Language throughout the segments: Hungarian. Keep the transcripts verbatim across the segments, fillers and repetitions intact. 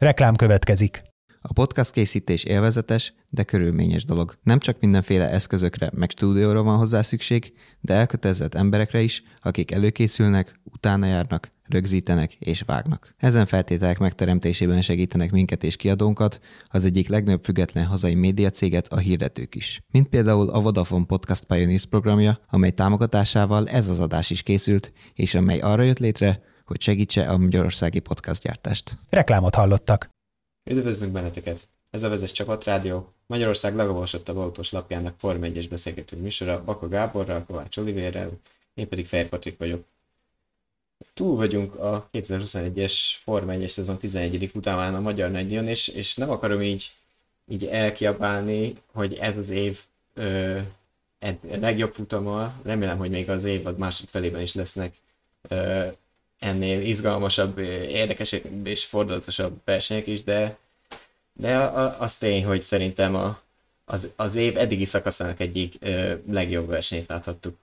Reklám következik. A podcast készítés élvezetes, de körülményes dolog. Nem csak mindenféle eszközökre meg stúdióra van hozzá szükség, de elkötelezett emberekre is, akik előkészülnek, utána járnak, rögzítenek és vágnak. Ezen feltételek megteremtésében segítenek minket és kiadónkat, az egyik legnagyobb független hazai médiacéget, a hirdetők is. Mint például a Vodafone Podcast Pioneers programja, amely támogatásával ez az adás is készült, és amely arra jött létre, hogy segítse a magyarországi podcastgyártást. Reklámot hallottak. Üdvözlünk benneteket! Ez a Vezes Csapat Rádió, Magyarország legolvasottabb autós lapjának Forma egyes beszélgető műsora, Baka Gáborral, Kovács Olivérrel, én pedig Fehér Patrik vagyok. Túl vagyunk a kétezer-huszonegyes Forma egyes szezon tizenegyedik futamán a Magyar Nagydíjon, és, és nem akarom így, így elkiabálni, hogy ez az év ö, a legjobb futama. Remélem, hogy még az évad másik felében is lesznek ö, ennél izgalmasabb, érdekesebb és fordulatosabb versenyek is, de, de az tény, hogy szerintem a, az, az év eddigi szakaszának egyik ö, legjobb versenyt láthattuk.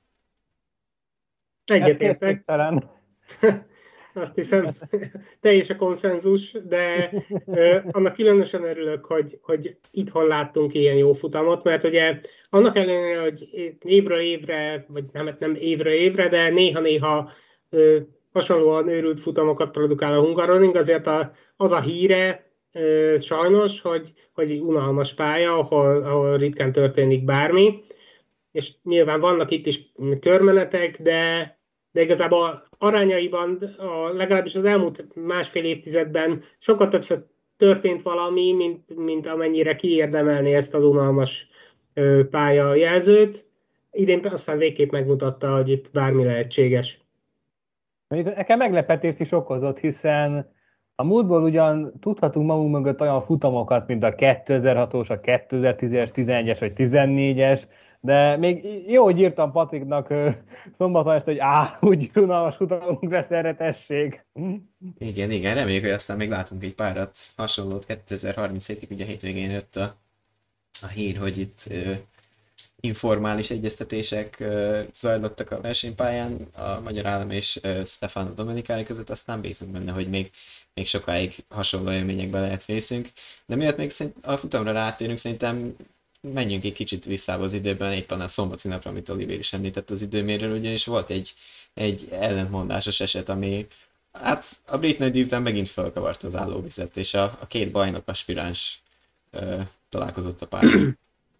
Egyetértek. Azt hiszem, teljes a konszenzus, de ö, annak különösen örülök, hogy, hogy itthon láttunk ilyen jó futamot, mert ugye annak ellenére, hogy évről évre, vagy nem, nem évről évre, de néha-néha ö, hasonlóan őrült futamokat produkál a Hungaroring, azért a, az a híre ö, sajnos, hogy, hogy unalmas pálya, ahol, ahol ritkán történik bármi, és nyilván vannak itt is körmenetek, de, de igazából arányaiban, a, legalábbis az elmúlt másfél évtizedben sokkal többször történt valami, mint, mint amennyire kiérdemelni ezt az unalmas ö, pályajelzőt. Idén aztán végképp megmutatta, hogy itt bármi lehetséges. Nekem meglepetést is okozott, hiszen a múltból ugyan tudhatunk magunk mögött olyan futamokat, mint a kétezer-hatos, a kétezer-tízes, tizenegyes vagy tizennégyes, de még jó, hogy írtam Patriknak szombaton este, hogy áh, úgy unalmas futamunk lesz, erre tessék. Igen, igen, reméljük, hogy aztán még látunk egy párat hasonlót kétezer-harminchétig, ugye hétvégén jött a, a hír, hogy itt ö, informális egyeztetések ö, zajlottak a versenypályán a Magyar Állam és ö, Stefano Domenicali között, aztán bízunk benne, hogy még, még sokáig hasonló élményekbe lehet vészünk. De miatt még a futamra rátérünk, szerintem menjünk egy kicsit vissza az időben, éppen a szombati napra, amit Olivér is említett az időmérről, ugyanis volt egy, egy ellentmondásos eset, ami hát a brit nagydíj után megint felkavart az állóvizet, és a, a két bajnok aspiráns ö, találkozott a pályán.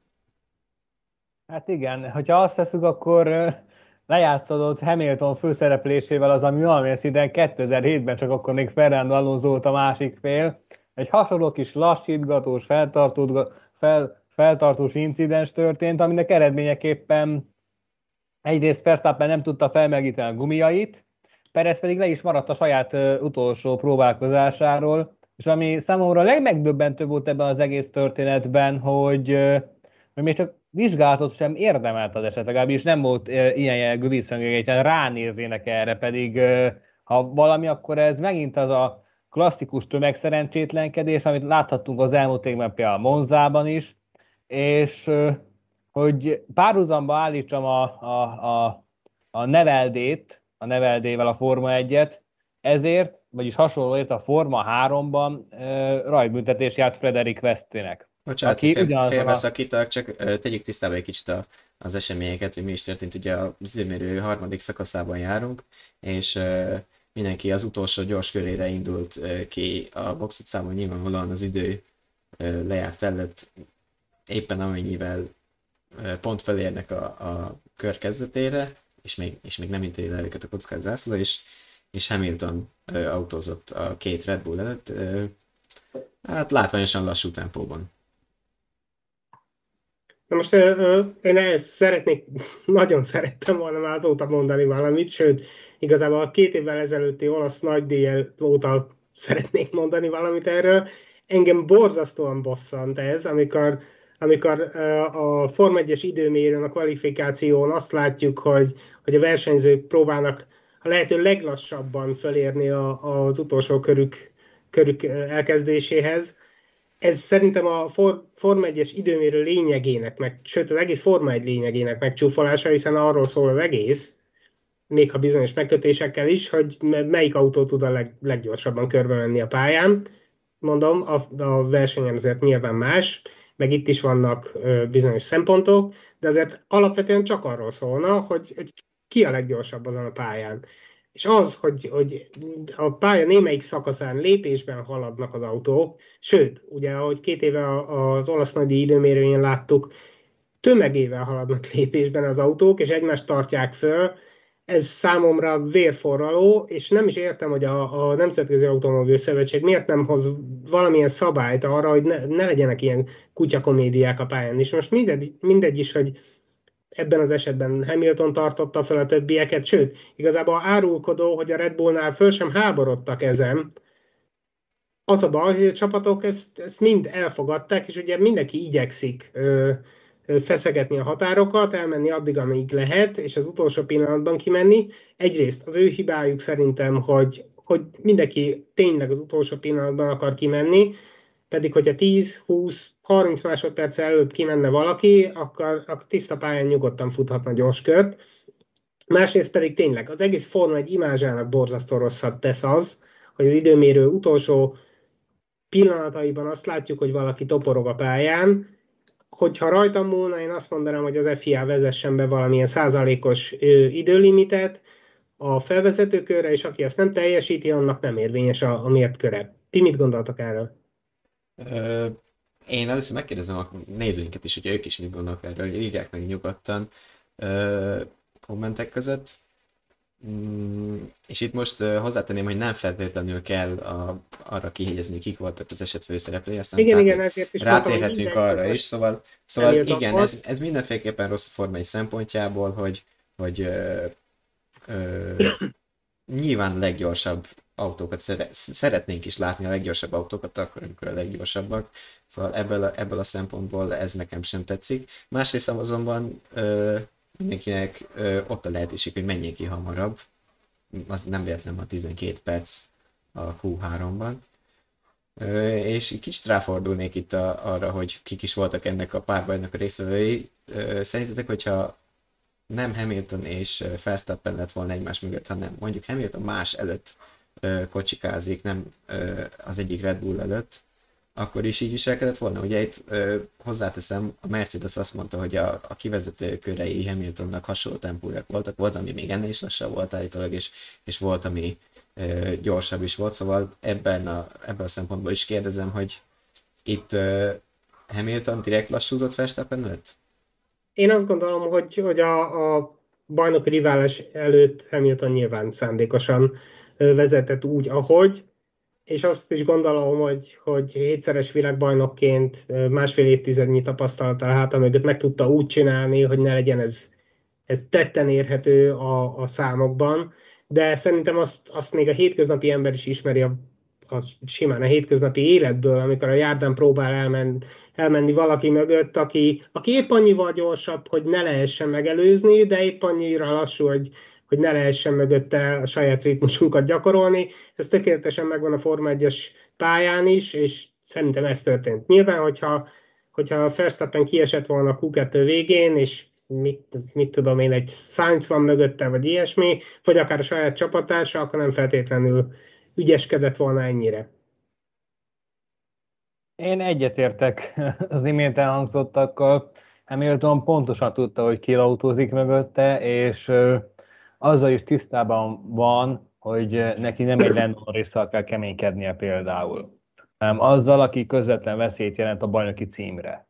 Hát igen, hogyha azt teszünk, akkor lejátszódott Hamilton főszereplésével az, ami valamilyen szinten kétezer-hétben, csak akkor még Fernando Alonso volt a másik fél. Egy hasonló kis lassítgatós, fel, feltartós incidens történt, aminek eredményeképpen egyrészt Verstappen nem tudta felmelegíteni a gumiait, Perez pedig le is maradt a saját utolsó próbálkozásáról, és ami számomra a legmegdöbbentőbb volt ebben az egész történetben, hogy, hogy még csak vizsgálatot sem érdemelt az eset, legalábbis nem volt ilyen jellegű visszhangja, ránéznének erre, pedig ha valami, akkor ez megint az a klasszikus tömegszerencsétlenkedés, amit láthattunk az elmúlt évben például Monzában is, és hogy párhuzamba állítsam a, a, a, a Neveldét, a Neveldével a Forma egyet, ezért, vagyis hasonlóért a Forma háromban rajtbüntetés járt Frederik Vesztének. Bocsánat, félbeszakítak, csak tegyük tisztába egy kicsit a, az eseményeket, hogy mi is történt. Ugye az időmérő harmadik szakaszában járunk, és uh, mindenki az utolsó gyors körére indult uh, ki a box utcában, nyilvánvalóan az idő uh, lejárt előtt, éppen amennyivel uh, pont felérnek a, a kör kezdetére, és még, és még nem intéli el őket a kockás zászló, és, és Hamilton uh, autózott a két Red Bull előtt, uh, hát látványosan lassú tempóban. Na most én ezt szeretnék, nagyon szerettem volna már azóta mondani valamit, sőt, igazából a két évvel ezelőtti olasz nagydíj óta szeretnék mondani valamit erről. Engem borzasztóan bosszant ez, amikor, amikor a Forma egyes időmérőn, a kvalifikáción azt látjuk, hogy, hogy a versenyzők próbálnak a lehető leglassabban fölérni a, az utolsó körük, körük elkezdéséhez. Ez szerintem a Forma egyes időmérő lényegének, meg, sőt az egész Forma egy lényegének megcsúfolása, hiszen arról szól az egész, még ha bizonyos megkötésekkel is, hogy melyik autó tud a leg, leggyorsabban körbe menni a pályán. mondom, a, a versenyen azért nyilván más, meg itt is vannak ö, bizonyos szempontok, de azért alapvetően csak arról szólna, hogy, hogy ki a leggyorsabb azon a pályán. És az, hogy, hogy a pálya némelyik szakaszán lépésben haladnak az autók, sőt, ugye ahogy két éve az olasz nagydíj időmérőjén láttuk, tömegével haladnak lépésben az autók, és egymást tartják föl, ez számomra vérforraló, és nem is értem, hogy a, a Nemzetközi Automobil Szövetség miért nem hoz valamilyen szabályt arra, hogy ne, ne legyenek ilyen kutyakomédiák a pályán. És most mindegy, mindegy is, hogy ebben az esetben Hamilton tartotta fel a többieket, sőt, igazából árulkodó, hogy a Red Bullnál föl sem háborodtak ezen. Az a baj, hogy a csapatok ezt, ezt mind elfogadták, és ugye mindenki igyekszik ö, ö, feszegetni a határokat, elmenni addig, amíg lehet, és az utolsó pillanatban kimenni. Egyrészt az ő hibájuk szerintem, hogy, hogy mindenki tényleg az utolsó pillanatban akar kimenni, pedig hogyha tíz, húsz, harminc másodperc előbb kimenne valaki, akkor, akkor tiszta pályán nyugodtan futhatna gyors kört. Másrészt pedig tényleg az egész Forma egy imázsának borzasztó rosszat tesz az, hogy az időmérő utolsó pillanataiban azt látjuk, hogy valaki toporog a pályán. Hogyha rajtam múlna, én azt mondanám, hogy az ef i á vezessen be valamilyen százalékos időlimitet a felvezetőkörre, és aki ezt nem teljesíti, annak nem érvényes a, a mért köre. Ti mit gondoltak erről? Ö, én először megkérdezem a nézőinket is, hogy ők is mit gondolnak erről, hogy írják meg nyugodtan ö, kommentek között. Mm, és itt most uh, hozzátenném, hogy nem feltétlenül kell a, arra kihegyezni, kik voltak az eset főszereplői, aztán Igen, tehát, igen, ezért is rátérhetünk mondtam, arra is, szóval, szóval Hamilton igen, volt. ez, ez mindenféleképpen rossz a formai szempontjából, hogy, hogy ö, ö, nyilván leggyorsabb autókat szere, szeretnénk is látni, a leggyorsabb autókat, akkor amikor a leggyorsabbak, szóval ebből a, ebből a szempontból ez nekem sem tetszik. Másrészt azonban ö, mindenkinek ö, ott a lehetőség, hogy menjék ki hamarabb, az nem véletlen a tizenkét perc a kú háromban. Ö, és egy kicsit ráfordulnék itt a, arra, hogy kik is voltak ennek a párbajnak a résztvevői. Ö, Szerintetek, hogyha nem Hamilton és Verstappen lett volna egymás mögött, hanem mondjuk Hamilton más előtt ö, kocsikázik, nem ö, az egyik Red Bull előtt, akkor is így viselkedett volna. Ugye itt ö, hozzáteszem, a Mercedes azt mondta, hogy a, a kivezető körei Hamiltonnak hasonló tempójak voltak, volt, ami még ennél is lassabb volt állítólag, és, és volt, ami ö, gyorsabb is volt, szóval ebben a, ebben a szempontból is kérdezem, hogy itt ö, Hamilton direkt lassúzott Verstappen előtt? Én azt gondolom, hogy, hogy a, a bajnoki riválás előtt Hamilton nyilván szándékosan vezetett úgy, ahogy, és azt is gondolom, hogy, hogy hétszeres világbajnokként másfél évtizednyi tapasztalattal háta mögött meg tudta úgy csinálni, hogy ne legyen ez, ez tetten érhető a, a számokban, de szerintem azt, azt még a hétköznapi ember is ismeri a, a simán a hétköznapi életből, amikor a járdán próbál elmenni, elmenni valaki mögött, aki, aki épp annyival gyorsabb, hogy ne lehessen megelőzni, de épp annyira lassú, hogy, hogy ne lehessen mögötte a saját ritmusunkat gyakorolni. Ez tökéletesen megvan a Forma egyes pályán is, és szerintem ez történt. Nyilván, hogyha, hogyha Verstappen kiesett volna a kú kettő végén, és mit, mit tudom én, egy Sainz van mögötte, vagy ilyesmi, vagy akár a saját csapattársa, akkor nem feltétlenül ügyeskedett volna ennyire. Én egyetértek az imént elhangzottakkal. Hamilton pontosan tudta, hogy ki autózik mögötte, és azzal is tisztában van, hogy neki nem egy Lando Norrisszal kell keménykednie például, hanem azzal, aki közvetlen veszélyt jelent a bajnoki címre.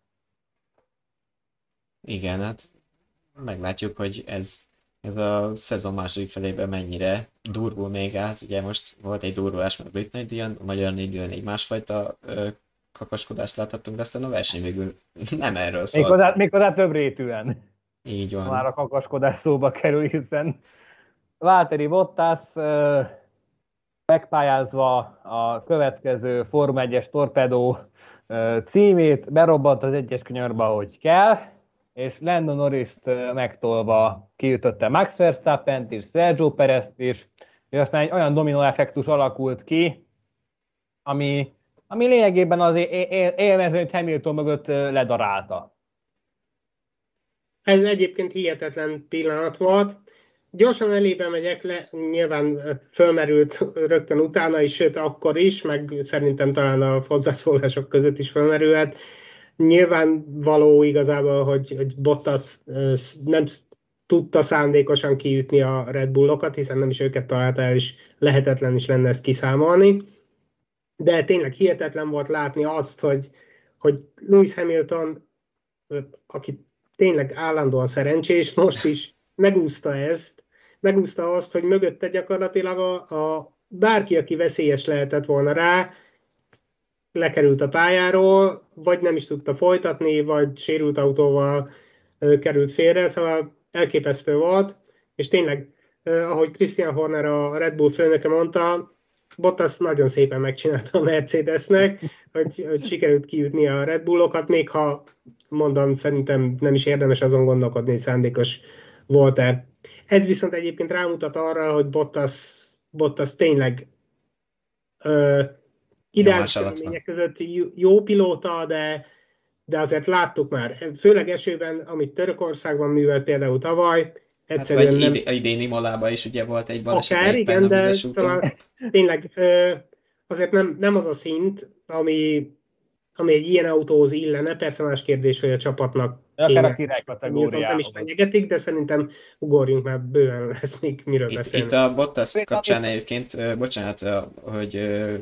Igen, hát meglátjuk, hogy ez, ez a szezon második felében mennyire durvul még át. Ugye most volt egy durvulás meg a brit nagydíjon, a magyar nagydíjon egy másfajta ö, kakaskodást láthattunk, de aztán a verseny végül nem erről szólt. Méghozzá, méghozzá több rétűen. Így van. Már a kakaskodás szóba kerül, hiszen Valtteri Bottas megpályázva a következő Forma egyes torpedó címét, berobbant az egyes kanyarba, hogy kell, és Lando Norrist megtolva kiütötte Max Verstappent és Sergio Perezt is, és aztán egy olyan dominó effektus alakult ki, ami, ami lényegében az élmezőnyt Hamilton mögött ledarálta. Ez egyébként hihetetlen pillanat volt. gyorsan elébe megyek le, nyilván fölmerült rögtön utána is, sőt akkor is, meg szerintem talán a hozzászólások között is fölmerülhet. Nyilván való igazából, hogy, hogy Bottas nem tudta szándékosan kiütni a Red Bullokat, hiszen nem is őket találta el, és lehetetlen is lenne ezt kiszámolni. De tényleg hihetetlen volt látni azt, hogy, hogy Lewis Hamilton, aki tényleg állandóan szerencsés, most is megúszta ezt, megúszta azt, hogy mögötte gyakorlatilag a, a bárki, aki veszélyes lehetett volna rá, lekerült a pályáról, vagy nem is tudta folytatni, vagy sérült autóval került félre, szóval elképesztő volt, és tényleg, ahogy Christian Horner, a Red Bull főnöke mondta, Bottas nagyon szépen megcsinálta a Mercedesnek, hogy, hogy sikerült kiütni a Red Bullokat, még ha mondom, szerintem nem is érdemes azon gondolkodni, hogy szándékos volt-e. Ez viszont egyébként rámutat arra, hogy Bottas, Bottas tényleg ö, ideális körülmények között jó pilóta, de, de azért láttuk már, főleg esőben, amit Törökországban művelt például tavaly, egyszerűen hát vagy nem... idén Imolában is ugye volt egy baleset. Akár, igen, de szóval tényleg azért nem, nem az a szint, ami, ami egy ilyen autóhoz illene, persze más kérdés, hogy a csapatnak akár a király kategóriához. Nem is fenyegetik, de szerintem ugorjunk, mert bőven lesz még miről itt, beszélni. Itt a Bottas kapcsán egyébként, bocsánat, hogy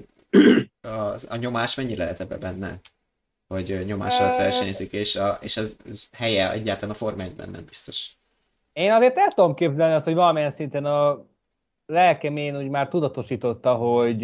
a, a nyomás mennyi lehet ebbe benne? Hogy nyomás alatt versenyezik, és, a, és az, az helye egyáltalán a Forma egyben nem biztos. Én azért el tudom képzelni azt, hogy valamilyen szinten a lelkemén úgy már tudatosította, hogy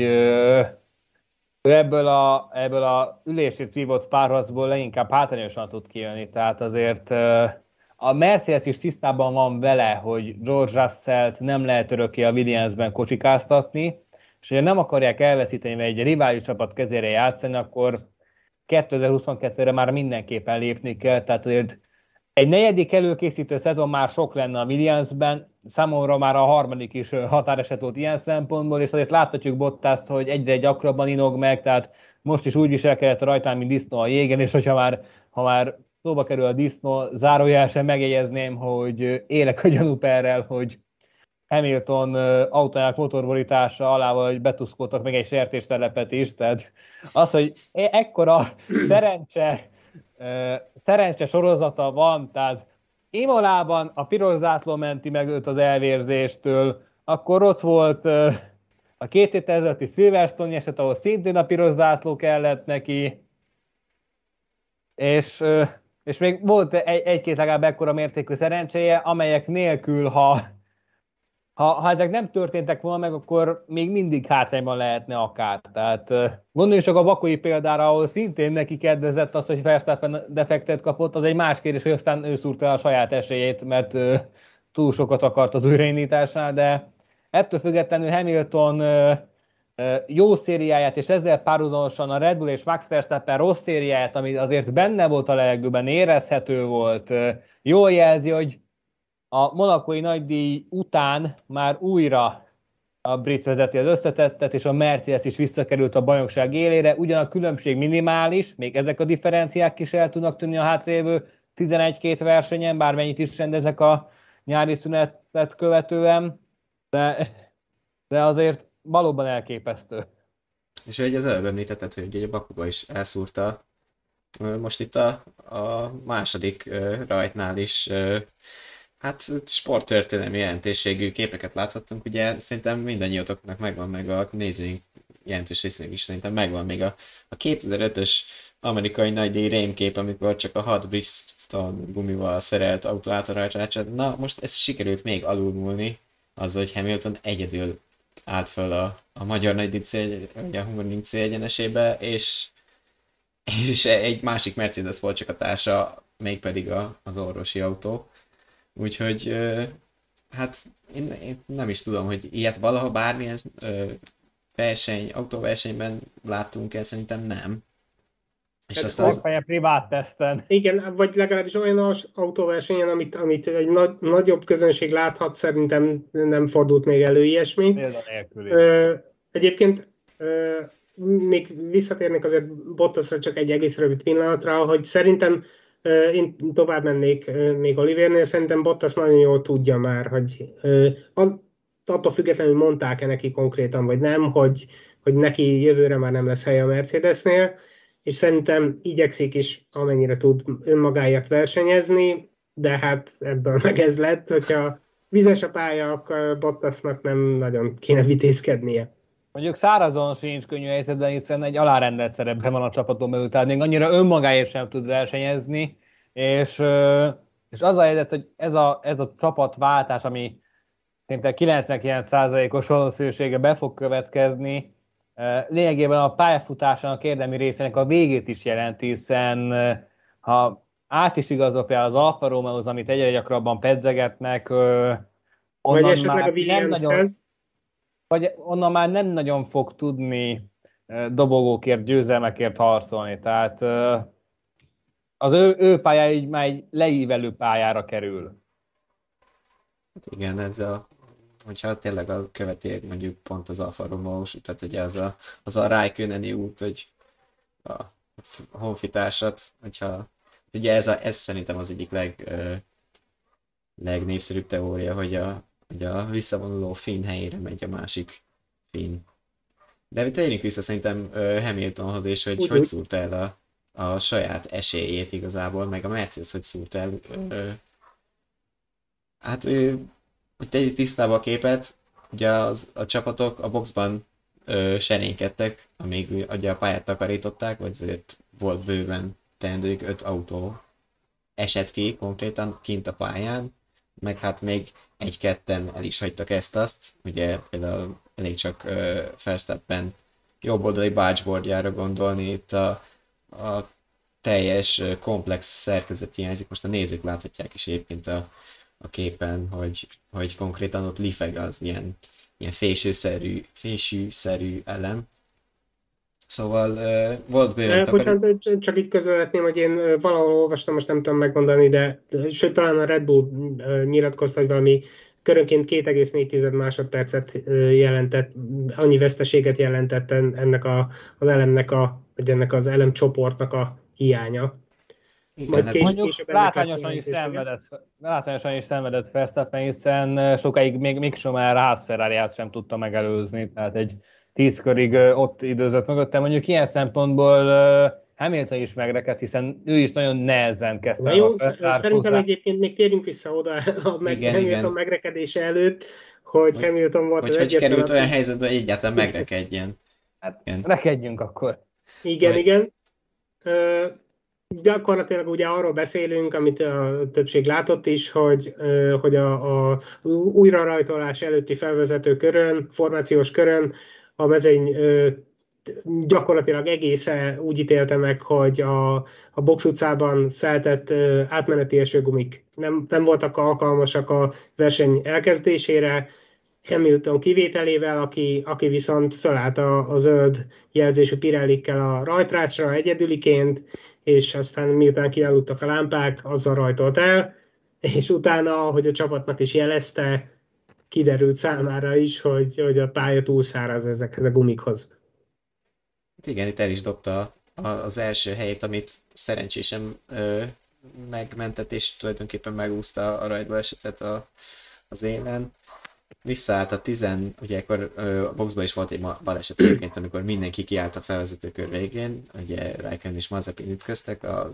ő ebből a, ebből a ülésért vívott párharcból leginkább hátrányosan tud kijönni. Tehát azért a Mercedes is tisztában van vele, hogy George Russellt nem lehet örökké a Williamsben kocsikáztatni, és ha nem akarják elveszíteni, vagy egy rivális csapat kezére játszani, akkor kétezer-huszonkettőre már mindenképpen lépni kell. Tehát azért egy negyedik előkészítő szezon már sok lenne a Williamsben, számomra már a harmadik is határeset volt ilyen szempontból, és azért láthatjuk Bottaszt, hogy egyre gyakrabban inog meg, tehát most is úgy viselkedett rajtán, mint disznó a jégen, és hogyha már, ha már szóba kerül a disznó, zárójelesen megjegyezném, hogy élek a gyanúperrel, hogy Hamilton autójának motorborítása alá, hogy betuszkoltak meg egy sertéstelepet is, tehát az, hogy ekkora szerencse, szerencse sorozata van, tehát Imolában a piros zászló menti meg őt az elvérzéstől, akkor ott volt a két héttel ezelőtti Silverstone eset, ahol szintén a piros zászló kellett neki, és, és még volt egy, egy-két legalább ekkora mértékű szerencséje, amelyek nélkül, ha, ha, ha ezek nem történtek volna meg, akkor még mindig hátrányban lehetne akár. Tehát gondoljunk csak a bakói példára, ahol szintén neki kedvezett az, hogy Verstappen defektet kapott, az egy más kérdés, hogy aztán ő szúrta a saját esélyét, mert uh, túl sokat akart az újraindításnál, de ettől függetlenül Hamilton uh, uh, jó szériáját, és ezzel párhuzamosan a Red Bull és Max Verstappen rossz szériáját, ami azért benne volt a levegőben, érezhető volt, uh, jól jelzi, hogy a monakói nagydíj után már újra a brit vezeti az összetettet, és a Mercedes is visszakerült a bajnokság élére. Ugyan a különbség minimális, még ezek a differenciák is el tudnak tűnni a hátrévő tizenegy-két versenyen, bármennyit is rendezek a nyári szünetet követően, de, de azért valóban elképesztő. És hogy az előbb említetted, hogy a Bakuba is elszúrta, most itt a, a második rajtnál is hát sporttörténelmi jelentőségű képeket láthattunk, ugye szerintem mindannyiatoknak megvan, meg a nézőink jelentős részének is szerintem megvan még a, a kétezer-ötös amerikai nagydíj rémkép, amikor csak a hat Bridgestone gumival szerelt autó állt a rajtrácsát. Na, most ez sikerült még alulmúlni, az, hogy Hamilton egyedül állt fel a, a magyar nagydíj cél, ugye a Hungaroring célegyenesébe, és, és egy másik Mercedes volt csak a társa, mégpedig a, az orvosi autó. Úgyhogy, hát én, én nem is tudom, hogy ilyet valaha bármilyen verseny, autóversenyben láttunk-e, szerintem nem. És ez az... a privát teszten. Igen, vagy legalábbis olyan autóversenyen, amit, amit egy nagy, nagyobb közönség láthat, szerintem nem fordult még elő ilyesmi. Példanélküli. Egyébként még visszatérnék azért Bottasra csak egy egész rövid pillanatra, hogy szerintem Én tovább mennék még Olivérnél, szerintem Bottas nagyon jól tudja már, hogy attól függetlenül mondták-e neki konkrétan, vagy nem, hogy, hogy neki jövőre már nem lesz helye a Mercedesnél, és szerintem igyekszik is, amennyire tud önmagáért versenyezni, de hát ebből meg ez lett, hogyha vizes a pálya, akkor Bottasnak nem nagyon kéne vitézkednie. Mondjuk szárazon sincs könnyű helyzetben, hiszen egy alárendelt szerepben van a csapaton belül, tehát még annyira önmagáért sem tud versenyezni, és, és az a helyzet, hogy ez a, ez a csapatváltás, ami szinte kilencvenkilenc százalékos valószínűsége be fog következni, lényegében a pályafutásának érdemi részének a végét is jelenti, hiszen ha át is igazol például az Alfa Romeohoz, amit egyre gyakrabban pedzegetnek, onnan vagy esetleg már a Williamshez, vagy onnan már nem nagyon fog tudni dobogókért, győzelmekért harcolni. Tehát az ő, ő pályája így már egy leívelő pályára kerül. Igen, ez a, hogyha tényleg a követi mondjuk pont az Alfa Romeo-s, tehát ugye az a, az a Raikkoneni út, hogy a honfitársat, hogyha ugye ez, a, ez szerintem az egyik leg, ö, legnépszerűbb teória, hogy a, hogy a visszavonuló finn helyére megy a másik finn. De térjünk vissza szerintem ö, Hamiltonhoz, és hogy úgy, hogy úgy. szúrt el a, a saját esélyét igazából, meg a Mercedes hogy szúrt el. Ö, hát ö, hogy tegyük tisztába a képet, ugye az, a csapatok a boxban ö, serénykedtek, amíg ugye a pályát takarították, vagy azért volt bőven teendők, öt autó esett ki konkrétan kint a pályán, meg hát még egy-ketten el is hagytak ezt-azt, ugye például elég csak uh, Verstappen jobb oldali bácsbordjára gondolni, itt a, a teljes uh, komplex szerkezet hiányzik, most a nézők láthatják is egyébként a, a képen, hogy, hogy konkrétan ott lifeg az ilyen, ilyen fésűszerű, fésűszerű elem. Szóval uh, volt bőven Eh, Bocsánat, csak itt közölhetném, hogy én eh, valahol olvastam, most nem tudom megmondani, de de- sőt, talán a Red Bull eh, nyilatkozta, hogy valami körönként két egész négy másodpercet eh, jelentett, annyi veszteséget jelentett en- ennek a, az elemnek a, vagy ennek az elemcsoportnak a hiánya. Igen, Majd hát kés, Mondjuk később ennek lesz látványosan is jelentősége. szenvedett, látványosan is szenvedett Verstappen, hiszen sokáig még Mick Schumacher ház Ferrariát sem tudta megelőzni, tehát egy tíz körig ott időzött mögöttem. Mondjuk ilyen szempontból Hamilton is megrekedt, hiszen ő is nagyon nehezen kezdte Na meg jó, a sz- szerintem felzárkózást. egyébként még térjünk vissza oda a meg, Igen, Hamilton igen. megrekedése előtt, hogy Hogy- Hamilton volt hogy az hogy egyetlen, került olyan aki- helyzetbe, hogy egyáltalán megrekedjen. Hát Igen. rekedjünk akkor. Igen, Vagy- igen. Ö, gyakorlatilag ugye arról beszélünk, amit a többség látott is, hogy, ö, hogy a, a újrarajtolás előtti felvezető körön, formációs körön a mezőny ö, gyakorlatilag egészen úgy ítélte meg, hogy a, a box utcában feltett ö, átmeneti esőgumik nem, nem voltak alkalmasak a verseny elkezdésére, Hamilton kivételével, aki, aki viszont fölállt a, a zöld jelzésű Pirellikkel a rajtrácsra egyedüliként, és aztán miután kialudtak a lámpák, azzal rajtolt el, és utána, ahogy a csapatnak is jelezte, kiderült számára is, hogy, hogy a pálya túlszáraz ezekhez a gumikhoz. Hát igen, itt el is dobta a- az első helyét, amit szerencsésen ö, megmentett, és tulajdonképpen megúszta a rajtba esetet a, az élen. Visszaállt a tizen, ugye akkor ö, a boxban is volt egy ma- baleset egyébként, amikor mindenki kiállt a felvezető kör végén, ugye Raikkonen és Mazepin ütköztek, a,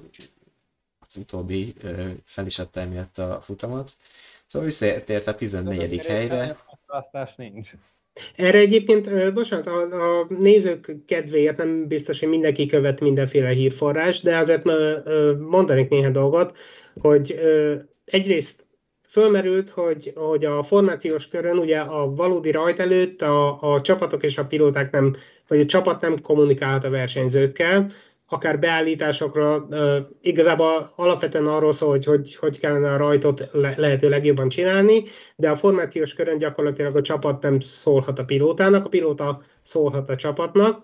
az utóbbi ö, fel is adta emiatt a futamot. Szóval visszatért a tizennegyedik helyre. Választás nincs. Erre egyébként, ö, bocsánat, a, a nézők kedvéért nem biztos, hogy mindenki követ mindenféle hírforrás, de azért ö, ö, mondanék néhány dolgot, hogy ö, egyrészt fölmerült, hogy, hogy a formációs körön ugye a valódi rajt előtt a, a csapatok és a pilóták nem, vagy a csapat nem kommunikálhat a versenyzőkkel, akár beállításokra, ö, igazából alapvetően arról szól, hogy hogy, hogy kellene a rajtot le, lehető legjobban csinálni, de a formációs körön gyakorlatilag a csapat nem szólhat a pilótának, a pilóta szólhat a csapatnak.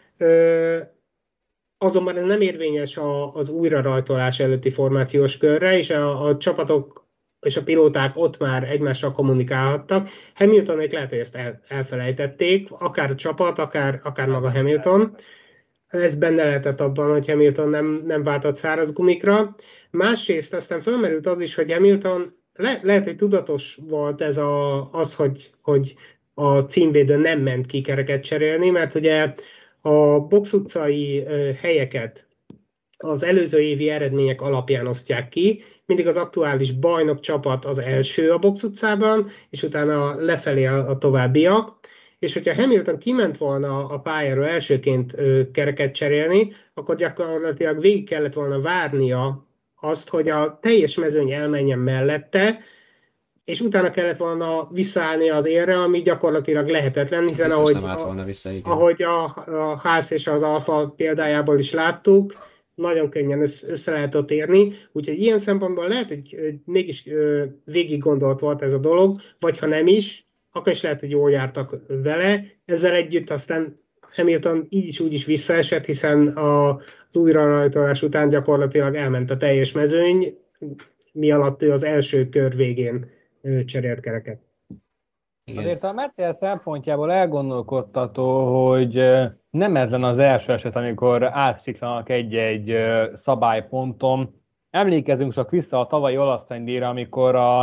Ö, azonban ez nem érvényes a, az újrarajtolás előtti formációs körre, és a, a csapatok és a pilóták ott már egymással kommunikálhattak. Hamiltonék lehet, hogy ezt el, elfelejtették, akár a csapat, akár, akár maga Hamilton. ez benne lehetett abban, hogy Hamilton nem, nem váltott száraz gumikra. Másrészt aztán felmerült az is, hogy Hamilton le, lehet, hogy tudatos volt ez a, az, hogy, hogy a címvédő nem ment ki kereket cserélni, mert ugye a box utcai helyeket az előző évi eredmények alapján osztják ki, mindig az aktuális bajnok csapat az első a box utcában, és utána lefelé a, a továbbiak. És hogyha Hamilton kiment volna a pályáról elsőként ö, kereket cserélni, akkor gyakorlatilag végig kellett volna várnia azt, hogy a teljes mezőny elmenjen mellette, és utána kellett volna visszaállni az érre, ami gyakorlatilag lehetetlen, hiszen Biztos ahogy, nem állt a, volna vissza, igen. ahogy a, a ház és az alfa példájából is láttuk, nagyon könnyen össze lehet ott érni, úgyhogy ilyen szempontból lehet, hogy mégis végig gondolt volt ez a dolog, vagy ha nem is, akkor is lehet, hogy jól jártak vele. Ezzel együtt aztán Hamilton így is úgy is visszaesett, hiszen az újrarajtolás után gyakorlatilag elment a teljes mezőny, mi alatt ő az első kör végén cserélt kereket. Igen. Azért a Mercedes szempontjából elgondolkodtató, hogy nem ez lenne az első eset, amikor átsziklanak egy-egy szabályponton. Emlékezünk csak vissza a tavalyi olasz díjra, amikor a,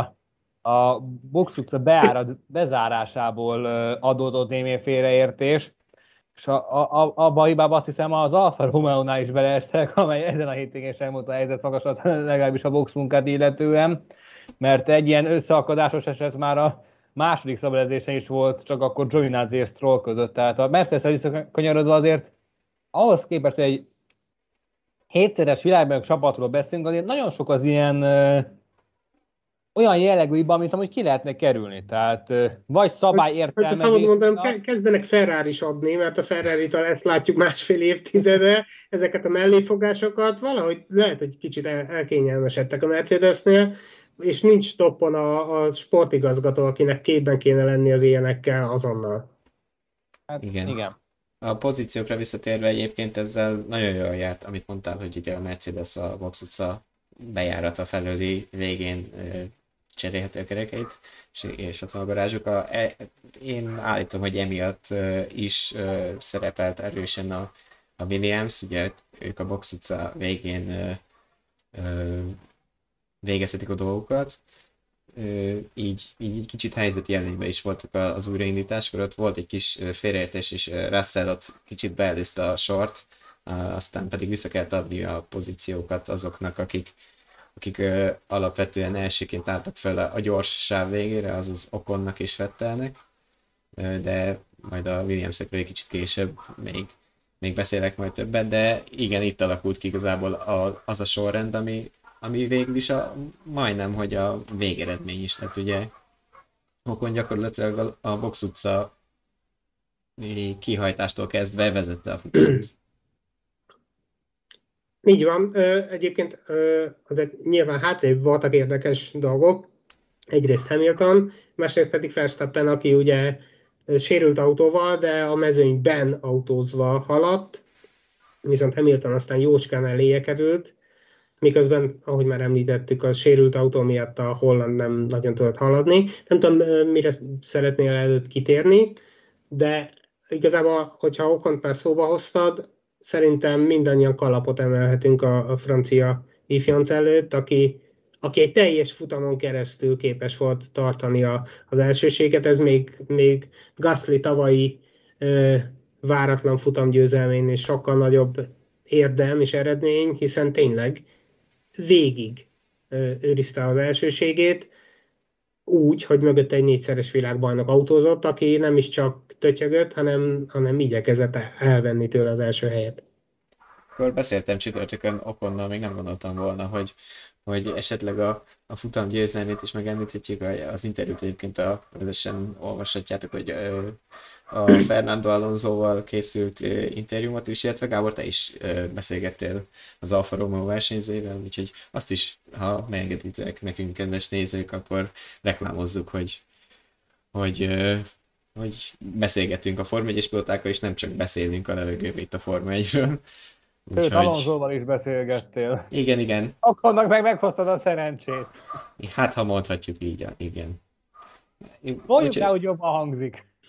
a box utca beárat bezárásából adódott némi félreértés, és a, a, a, abba a hibába azt hiszem az Alfa Romeo-nál is beleestek, amely ezen a hétvégén sem volt a helyzet magasat, legalábbis a box munkát illetően, mert egy ilyen összeakadásos eset már a második szabályozésen is volt, csak akkor Giovinazzi és Stroll között. Tehát a Mercedes-re visszakanyarodva azért ahhoz képest, hogy egy hétszeres világbajnok csapatról beszélünk, azért nagyon sok az ilyen ö, olyan jellegű hiba, mint amúgy ki lehetne kerülni. Tehát ö, vagy szabályértelmezés. Hát, mondanom, kezdenek Ferrari-s adni, mert a Ferrari-tal ezt látjuk másfél évtizede, ezeket a melléfogásokat valahogy lehet, hogy kicsit el, elkényelmesedtek a Mercedesnél, és nincs toppon a, a sportigazgató, akinek képben kéne lenni az ilyenekkel azonnal. Hát, igen. igen. A pozíciókra visszatérve egyébként ezzel nagyon jól járt, amit mondtál, hogy ugye a Mercedes a box utca bejárata felőli végén ö, cserélheti a kerekeit, és, és ott van a garázsuk. A, e, én állítom, hogy emiatt ö, is ö, szerepelt erősen a, a Williams, ugye ők a box utca végén ö, ö, végezhetik a dolgokat, így, így kicsit helyzeti előnyben is voltak az újraindításkor, ott volt egy kis félreértés, és Russell ott kicsit beelőzte a sort, aztán pedig vissza kellett adni a pozíciókat azoknak, akik, akik alapvetően elsőként álltak fel a gyors sáv végére, azaz Oconnak és Vettelnek, de majd a Williamsekről egy kicsit később még, még beszélek majd többet, de igen, itt alakult ki igazából az a sorrend, ami ami végül is a, majdnem, hogy a végeredmény is. Tehát ugye Ocon gyakorlatilag a, a box utca kihajtástól kezdve vezette a futamot. Így van. Egyébként azért nyilván hátrébb voltak érdekes dolgok. Egyrészt Hamilton, másrészt pedig Verstappen, aki ugye sérült autóval, de a mezőnyben autózva haladt, viszont Hamilton aztán jócskán eléje került, miközben, ahogy már említettük, a sérült autó miatt a holland nem nagyon tudott haladni. Nem tudom, mire szeretnél előtt kitérni, de igazából, hogyha Ocont már szóba hoztad, szerintem mindannyian kalapot emelhetünk a, a francia ifjonc előtt, aki, aki egy teljes futamon keresztül képes volt tartani a, az elsőséget. Ez még, még Gasly tavalyi ö, váratlan futamgyőzelmén és sokkal nagyobb érdem és eredmény, hiszen tényleg végig őrizte az elsőségét, úgy, hogy mögött egy négyszeres világbajnok autózott, aki nem is csak tötyögött, hanem, hanem igyekezett elvenni tőle az első helyet. Akkor beszéltem csütörtökön Oconnal, még nem gondoltam volna, hogy, hogy esetleg a, a futam győzelmét is megemlíthetjük, az interjút egyébként a közösen olvashatjátok, hogy a Fernando Alonsoval készült interjúmat is, illetve Gábor, te is beszélgettél az Alfa Romeo versenyzőjével, úgyhogy azt is, ha megengeditek nekünk, kedves nézők, akkor reklámozzuk, hogy, hogy, hogy beszélgetünk a Forma egyes pilótákkal, és nem csak beszélünk a levegőbe itt a Forma egyről. Sőt, Alonsoval is beszélgettél. Igen, igen. Akkor meg meghoztad a szerencsét. Hát, ha mondhatjuk így, igen. Mondjuk rá, hogy jobban hangzik.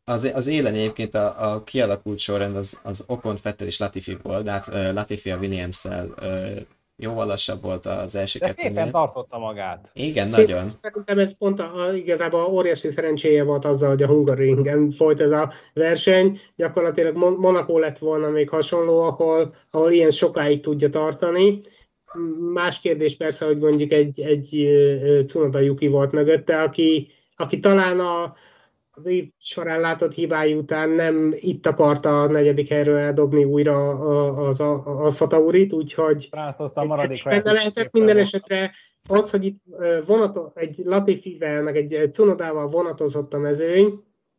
Az, az élen egyébként a, a kialakult sorrend az, az Ocon, Vettel és Latifi volt, de hát uh, Latifi a Williams-szel uh, jóval lassabb volt az első De szépen kettőnél. tartotta magát. Igen, Szép, nagyon. szerintem ez pont a, a, igazából óriási szerencséje volt azzal, hogy a Hungaroringen folyt ez a verseny. Gyakorlatilag Mon- Monaco lett volna még hasonló, ahol, ahol ilyen sokáig tudja tartani. Más kérdés persze, hogy mondjuk egy, egy ö, Tsunoda Yuki volt mögötte, aki, aki talán a, az év során látott hibái után nem itt akarta a negyedik helyről eldobni újra a- az a- a Alfa Taurit, úgyhogy Franszozta a ez maradék is benne lehetett. Minden esetre az, hogy itt ö, vonato, egy Latifivel, meg egy Cunodával vonatozott a mezőny,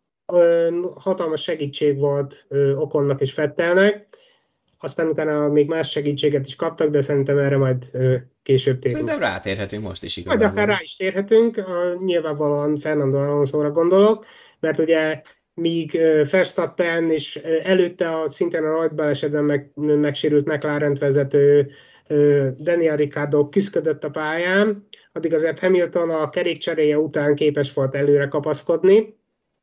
ö, hatalmas segítség volt ö, Okonnak és Fettelnek. Aztán utána még más segítséget is kaptak, de szerintem erre majd ö, később térünk. Szerintem rátérhetünk most is Vagy akár igazából. rá is térhetünk, a- nyilvánvalóan Fernando Alonso-ra gondolok, mert ugye míg ö, Verstappen és ö, előtte a, szintén a rajt balesetben meg, megsérült McLaren vezető ö, Daniel Ricciardo küzdött a pályán, addig azért Hamilton a kerékcseréje után képes volt előre kapaszkodni,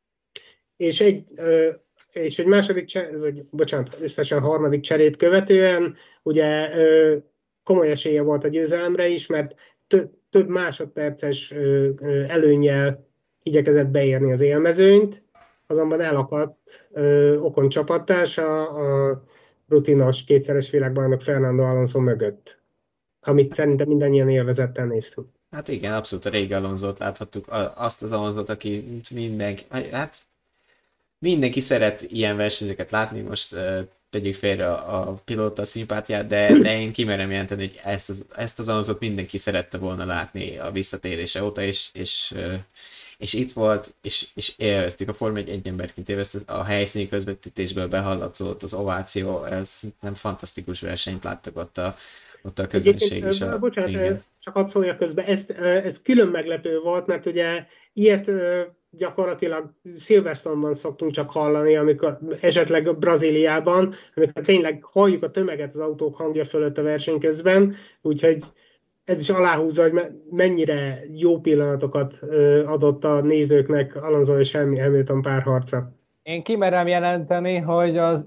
és egy, ö, és egy második, cser, vagy bocsánat, összesen harmadik cserét követően ugye ö, komoly esélye volt a győzelemre is, mert több, több másodperces ö, ö, előnnyel igyekezett beérni az élmezőnyt, azonban elakadt ö, Ocon csapattársa a rutinos kétszeres világbajnok Fernando Alonso mögött, amit szerintem mindannyian élvezettel néztünk. Hát igen, abszolút a régi Alonzót láthattuk, a- azt az Alonzót, aki mindenki, hát mindenki szeret ilyen versenyzőket látni, most uh, tegyük félre a, a pilóta szimpátiát, de, de én kimerem jelenteni, hogy ezt az, ezt az Alonzót mindenki szerette volna látni a visszatérése óta, és, és, uh, és itt volt, és, és élveztük. A Forma egy egy emberként élvezte, a helyszíni közvetítésből behallatszott az ováció, ez nem fantasztikus versenyt láttak ott a, ott a közönség is. Egyébként, A, bocsánat, igen. csak hadd szóljak közben, ez, ez külön meglepő volt, mert ugye ilyet gyakorlatilag Silverstone-ban szoktunk csak hallani, amikor esetleg Brazíliában, amikor tényleg halljuk a tömeget az autók hangja fölött a verseny közben, úgyhogy ez is aláhúzza, hogy mennyire jó pillanatokat adott a nézőknek Alonso és Hamilton párharca. Én kimerem jelenteni, hogy az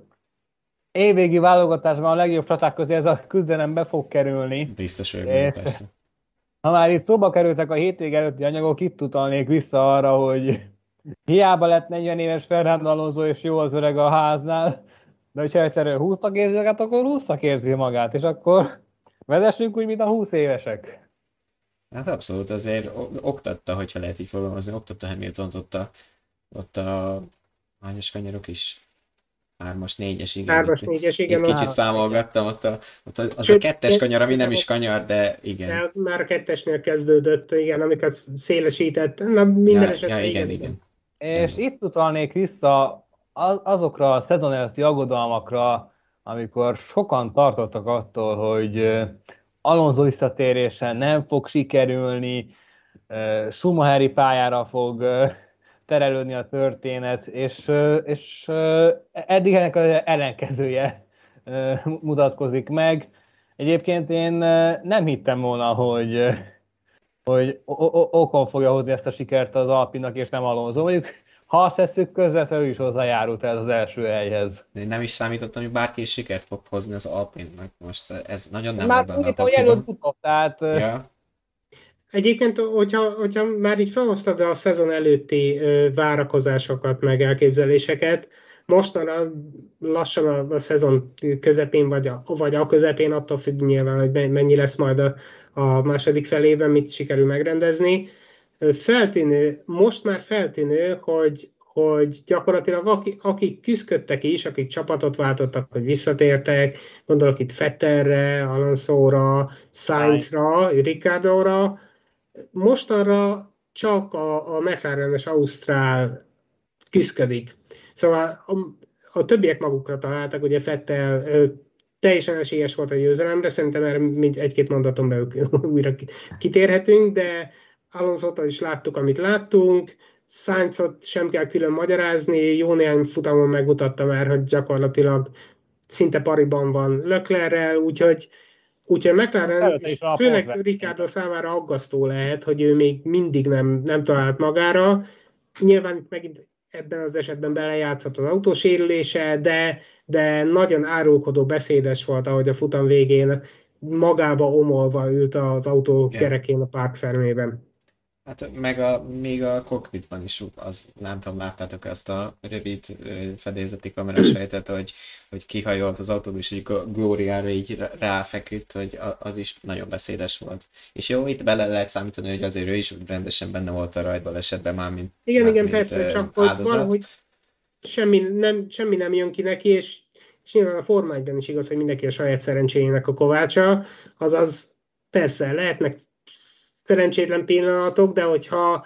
évvégi válogatásban a legjobb csaták közé ez a küzdelem be fog kerülni. Biztos vagyok benne, persze. Ha már itt szóba kerültek a hétvég előtti anyagok, itt utalnék vissza arra, hogy hiába lett negyven éves Fernando Alonso és jó az öreg a háznál, de hogyha egyszerűen húsznak érzi magát, akkor húsznak érzi magát, és akkor vezessünk úgy, mint a húsz évesek. Hát abszolút, azért oktatta, hogyha lehet így fogalmazni, oktatta Hamiltont ott a, ott a hányos kanyarok is. Hármas, négyes, igen. Hármas, itt, négyes, igen. Itt kicsit hármas, számolgattam, ott, a, ott a, az Sőt, a kettes kanyar, ami nem is kanyar, de igen. De már a kettesnél kezdődött, igen, amiket szélesített. Na, minden Ja, esetre ja, igen, igen. igen. És itt utalnék vissza azokra a szezon előtti aggodalmakra, amikor sokan tartottak attól, hogy Alonso visszatérése nem fog sikerülni, Schumacheri pályára fog terelődni a történet, és, és eddig ennek az ellenkezője mutatkozik meg. Egyébként én nem hittem volna, hogy, hogy Ocon fogja hozni ezt a sikert az Alpinak, és nem Alonso. Mondjuk, ha azt tesszük, közvetlenül ő is hozzájárult ez az első helyhez. Én nem is számítottam, hogy bárki is sikert fog hozni az Alpinnak. Most ez nagyon nem Már volt benne a tudtam, hogy pakliban. előbb-utóbb, tehát... Ja. Egyébként, hogyha, hogyha már így felhoztad a szezon előtti ö, várakozásokat, meg elképzeléseket, mostanra lassan a, a szezon közepén, vagy a, vagy a közepén, attól függ nyilván, hogy mennyi lesz majd a, a második felében, mit sikerül megrendezni. Feltűnő, most már feltűnő, hogy, hogy gyakorlatilag akik, akik küzdöttek is, akik csapatot váltottak, hogy visszatértek, gondolok itt Vettelre, Alonsóra, Sainzra, Ricciardóra, mostanra csak a, a McLaren-es Ausztrál küszködik. Szóval a, a többiek magukra találtak, ugye Vettel ö, teljesen esélyes volt a győzelemre, szerintem erre mind egy-két mondaton belül újra kitérhetünk, de Alonsótól is láttuk, amit láttunk, Sainzot sem kell külön magyarázni, jó néhány futamon megmutatta már, hogy gyakorlatilag szinte pariban van Leclerrel, úgyhogy Úgyhogy McLaren, és főleg Ricciardo számára aggasztó lehet, hogy ő még mindig nem, nem talált magára. Nyilván itt megint ebben az esetben belejátszott az autósérülése, de, de nagyon árulkodó beszédes volt, ahogy a futam végén magába omolva ült az autó Igen. kerekén a párkfermében. Hát meg a, még a cockpitban is, az, nem tudom, láttátok ezt a rövid ö, fedélzeti kamerás fejtet, hogy, hogy kihajolt az autóból, és így Glo- Glóriára így rá- ráfeküdt, hogy a- az is nagyon beszédes volt. És jó, itt bele lehet számítani, hogy azért ő is rendesen benne volt a rajtbalesetben, már mint, Igen, már igen, mint persze, ö, csak hogy áldozat. valahogy semmi nem, semmi nem jön ki neki, és, és nyilván a Forma egyben is igaz, hogy mindenki a saját szerencséjének a kovácsa, azaz persze lehetnek szerencsétlen pillanatok, de hogyha,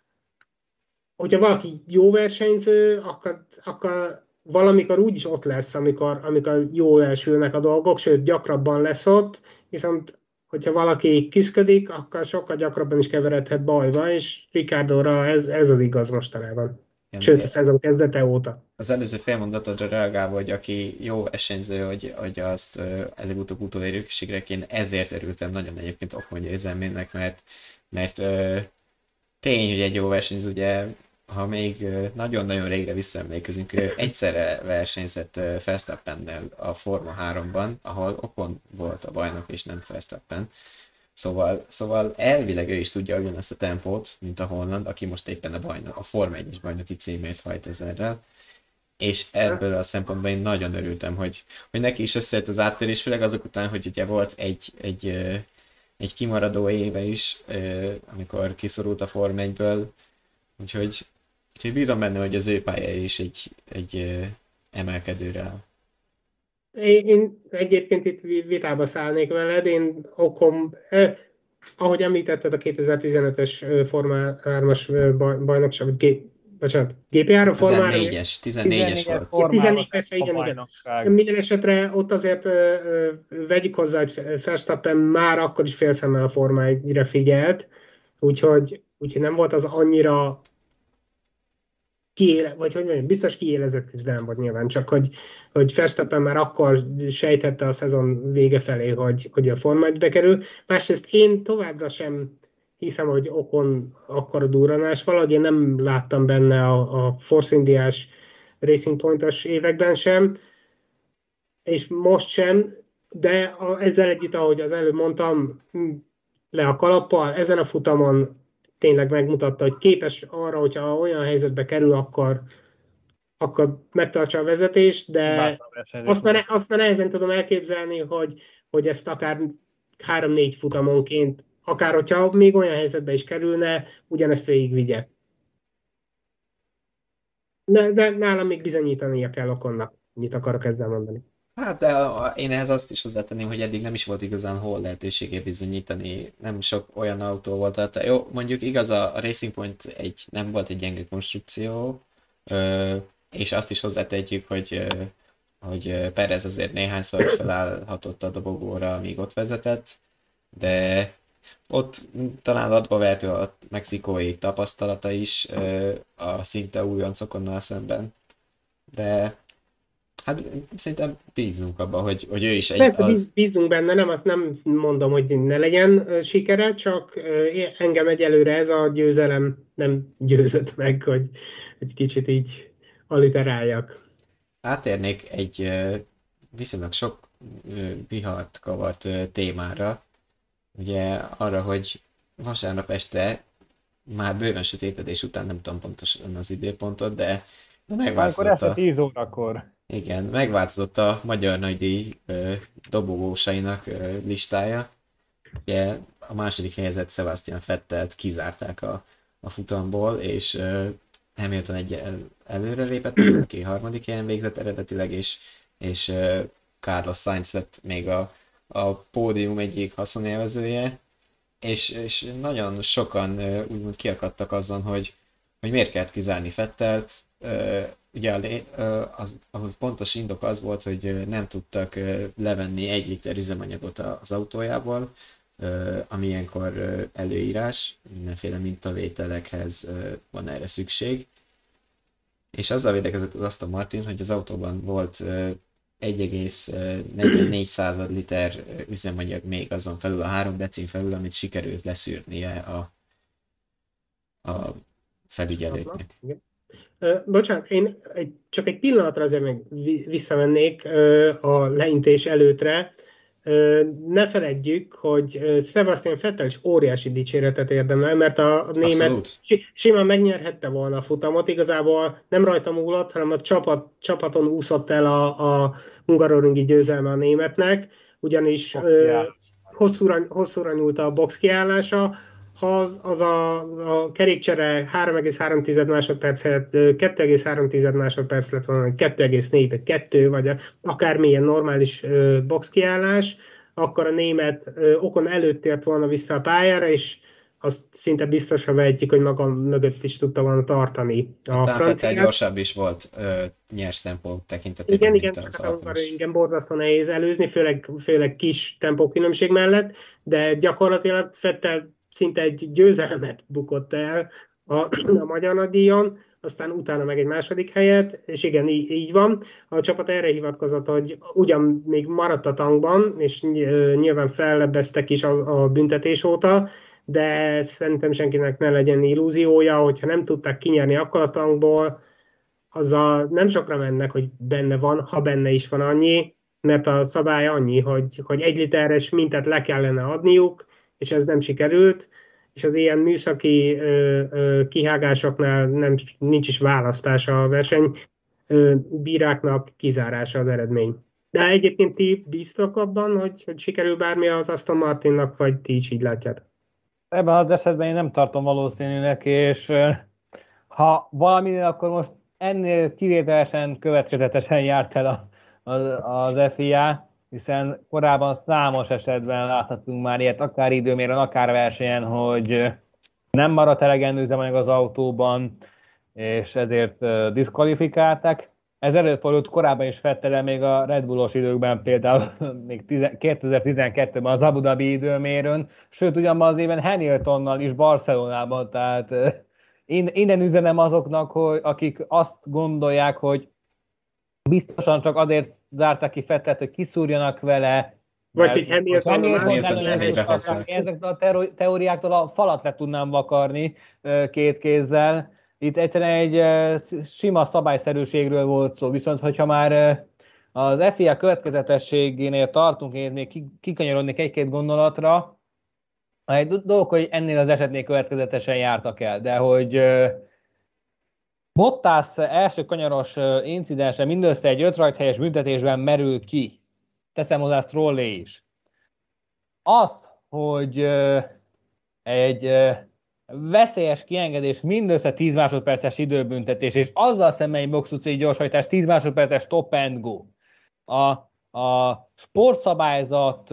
hogyha valaki jó versenyző, akkor, akkor valamikor úgy is ott lesz, amikor, amikor jól elsülnek a dolgok, sőt gyakrabban lesz ott, viszont hogyha valaki küszködik, akkor sokkal gyakrabban is keveredhet bajba, és Ricciardóra ez, ez az igaz mostanában. Sőt, a Igen, szezon kezdete óta. az előző félmondatodra reagálva, hogy aki jó versenyző, hogy, hogy azt ö, előbb-utóbb utolérjük, én ezért örültem nagyon egyébként Ocon győzelmének, mert, mert ö, tény, hogy egy jó versenyző, ugye, ha még ö, nagyon-nagyon régre visszaemlékezünk, ő egyszerre versenyzett ö, Verstappennel a Forma háromban, ahol Ocon volt a bajnok, és nem Verstappen. Szóval, szóval elvileg ő is tudja ugyanazt a tempót, mint a Holland, aki most éppen a, bajnok, a Forma egyes bajnoki címért hajt ezerrel. És ebből a szempontból én nagyon örültem, hogy, hogy neki is összejött az áttérés, főleg azok után, hogy ugye volt egy, egy, ö, egy kimaradó éve is, ö, amikor kiszorult a Forma egyből, úgyhogy, úgyhogy bízom benne, hogy az ő pályája is egy, egy ö, emelkedőre áll. Én, én egyébként itt vitába szállnék veled, én okom, eh, ahogy említetted a kétezer-tizenötös ö, Forma hármas ö, baj- bajnokság, G, bocsánat, gé pé há-ra Forma három, tizennégyes, tizennégyes tizennégyes volt. formában tizennégy persze, igen, a igen. bajnokság. Minden esetre ott azért ö, ö, vegyük hozzá, hogy Verstappen már akkor is félszemmel a Forma egyre figyelt, úgyhogy, úgyhogy nem volt az annyira kiéle, vagy hogy mondjam, biztos kiélezett küzdelem volt nyilván, csak hogy, hogy Verstappen már akkor sejtette a szezon vége felé, hogy, hogy a Forma egybe kerül. Másrészt én továbbra sem hiszem, hogy Ocon akkora durranás, valahogy én nem láttam benne a, a Force Indiás Racing Point-os években sem, és most sem, de a, ezzel együtt, ahogy az előbb mondtam, hm, le a kalappal, ezen a futamon tényleg megmutatta, hogy képes arra, hogyha olyan helyzetbe kerül, akkor, akkor megtartsa a vezetést, de Bátran versenyzők azt már, mutatták. azt már nehezen tudom elképzelni, hogy, hogy ezt akár három-négy futamonként, akár hogyha még olyan helyzetbe is kerülne, ugyanezt végigvigye. De, de nálam még bizonyítania kell Oconnak. Mit akarok ezzel mondani? Hát de a- én ehhez azt is hozzátenném, hogy eddig nem is volt igazán hol lehetőségé bizonyítani, nem sok olyan autó volt. Tehát jó, mondjuk igaz, a a Racing Point egy, nem volt egy gyenge konstrukció, ö, és azt is hozzátegyük, hogy, ö, hogy ö, Perez azért néhányszor felállhatott a dobogóra, amíg ott vezetett, de ott talán adva vehető a mexikói tapasztalata is ö, a szinte újoncokonnal szemben, de hát szerintem bízunk abban, hogy, hogy ő is egy Persze, az... bíz- bízunk benne, nem, azt nem mondom, hogy ne legyen ö, sikere, csak ö, engem egyelőre ez a győzelem nem győzött meg, hogy egy kicsit így alliteráljak. Átérnék egy ö, viszonylag sok ö, vihart kavart ö, témára, ugye arra, hogy vasárnap este már bőven sötétedés után, nem tudom pontosan az időpontot, de, de Amikor megváltozott ezt a a, tíz órakor. igen, megváltozott a magyar nagydíj ö, dobogósainak ö, listája. Ugye a második helyezett Sebastian Vettelt kizárták a, a futamból, és uh, Hamilton egy el, előre lépett, az, aki harmadik helyen végzett eredetileg, és, és uh, Carlos Sainz lett még a, a pódium egyik haszonélvezője, és, és nagyon sokan uh, úgymond kiakadtak azon, hogy, hogy miért kellett kizárni Vettelt. Uh, ugye a, lé- uh, az, ahhoz pontos indok az volt, hogy uh, nem tudtak uh, levenni egy liter üzemanyagot a- az autójából, ö, ami ilyenkor ö, előírás, mindenféle mintavételekhez ö, van erre szükség. És azzal védekezett az Aston Martin, hogy az autóban volt ö, egy egész negyvennégy század liter ö, üzemanyag még azon felül, a három decin felül, amit sikerült leszűrnie a, a felügyelőknek. Igen. Ö, bocsánat, én egy, csak egy pillanatra azért még vi- visszamennék ö, a leintés előttre. Ö, ne feledjük, hogy ö, Sebastian Vettel is óriási dicséretet érdemel, mert a, a német Abszolút. si- simán megnyerhette volna a futamot. Igazából nem rajta múlott, hanem a csapat, csapaton úszott el a, a hungaroringi győzelme a németnek, ugyanis ö, hosszúra, hosszúra nyúlt a box kiállása. Ha az, az a, a kerékcsere három egész három másodperc helyett kettő egész három másodperc lett volna, vagy kettő egész négy vagy kettő, vagy akármilyen normális ö, boxkiállás, akkor a német ö, okon előtt ért volna vissza a pályára, és azt szinte biztosra vehetjük, hogy maga mögött is tudta volna tartani a Talán Vettel franciát. gyorsabb is volt ö, nyers tempó tekintetében, Igen, igen, mint csak az hát Alpon amikor is. igen, borzasztó nehéz előzni, főleg, főleg kis tempókülönbség mellett, de gyakorlatilag Vettel szinte egy győzelmet bukott el a, a magyar nagydíjon, aztán utána meg egy második helyet, és igen, így, így van. A csapat erre hivatkozott, hogy ugyan még maradt a tankban, és ny- nyilván fellebbeztek is a, a büntetés óta, de szerintem senkinek ne legyen illúziója, hogyha nem tudták kinyerni akkor a tankból, azzal nem sokra mennek, hogy benne van, ha benne is van annyi, mert a szabály annyi, hogy, hogy egy literes mintát le kellene adniuk, és ez nem sikerült, és az ilyen műszaki ö, ö, kihágásoknál nem, nincs is választása a verseny, ö, bíráknak kizárása az eredmény. De egyébként ti bíztok abban, hogy, hogy sikerül bármi az Aston Martinnak, vagy ti is így látjátok? Ebben az esetben én nem tartom valószínűnek, és ö, ha valami, akkor most ennél kivételesen, következetesen járt el a, az, az ef i á, hiszen korábban számos esetben láthatunk már ilyet, akár időméren, akár versenyen, hogy nem maradt elegendő üzemanyag az autóban, és ezért uh, diszkvalifikálták. Ez előfordult korábban is Vettel, még a Red Bullos időkben, például még kétezer-tizenkettőben az Abu Dhabi időmérőn, sőt ugyanban az éven Hamiltonnal is Barcelonában, tehát uh, innen üzenem azoknak, hogy, akik azt gondolják, hogy biztosan csak azért zárták ki Vettelt, hogy kiszúrjanak vele, Vagy hogy Hamilton, Hamilton Hamilton hozzák. Ezekkel a teóriáktól a falat le tudnám vakarni két kézzel. Itt egyszerűen egy sima szabályszerűségről volt szó, viszont hogyha már az ef i á következetességénél tartunk, én még kikanyarodnék egy-két gondolatra, egy dolog, hogy ennél az esetnél következetesen jártak el, de hogy Bottas első kanyaros incidense mindössze egy öt rajthelyes büntetésben merül ki. Teszem hozzá Strollé is. Az, hogy egy veszélyes kiengedés mindössze tíz másodperces időbüntetés, és azzal szemben egy box utcai gyorshajtás tíz másodperces stop and go. A, a sportszabályzat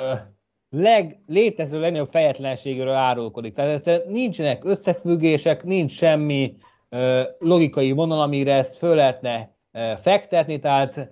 leg, létező legnagyobb fejetlenségről árulkodik. Tehát nincsenek összefüggések, nincs semmi logikai vonal, amire ezt föl lehetne fektetni, tehát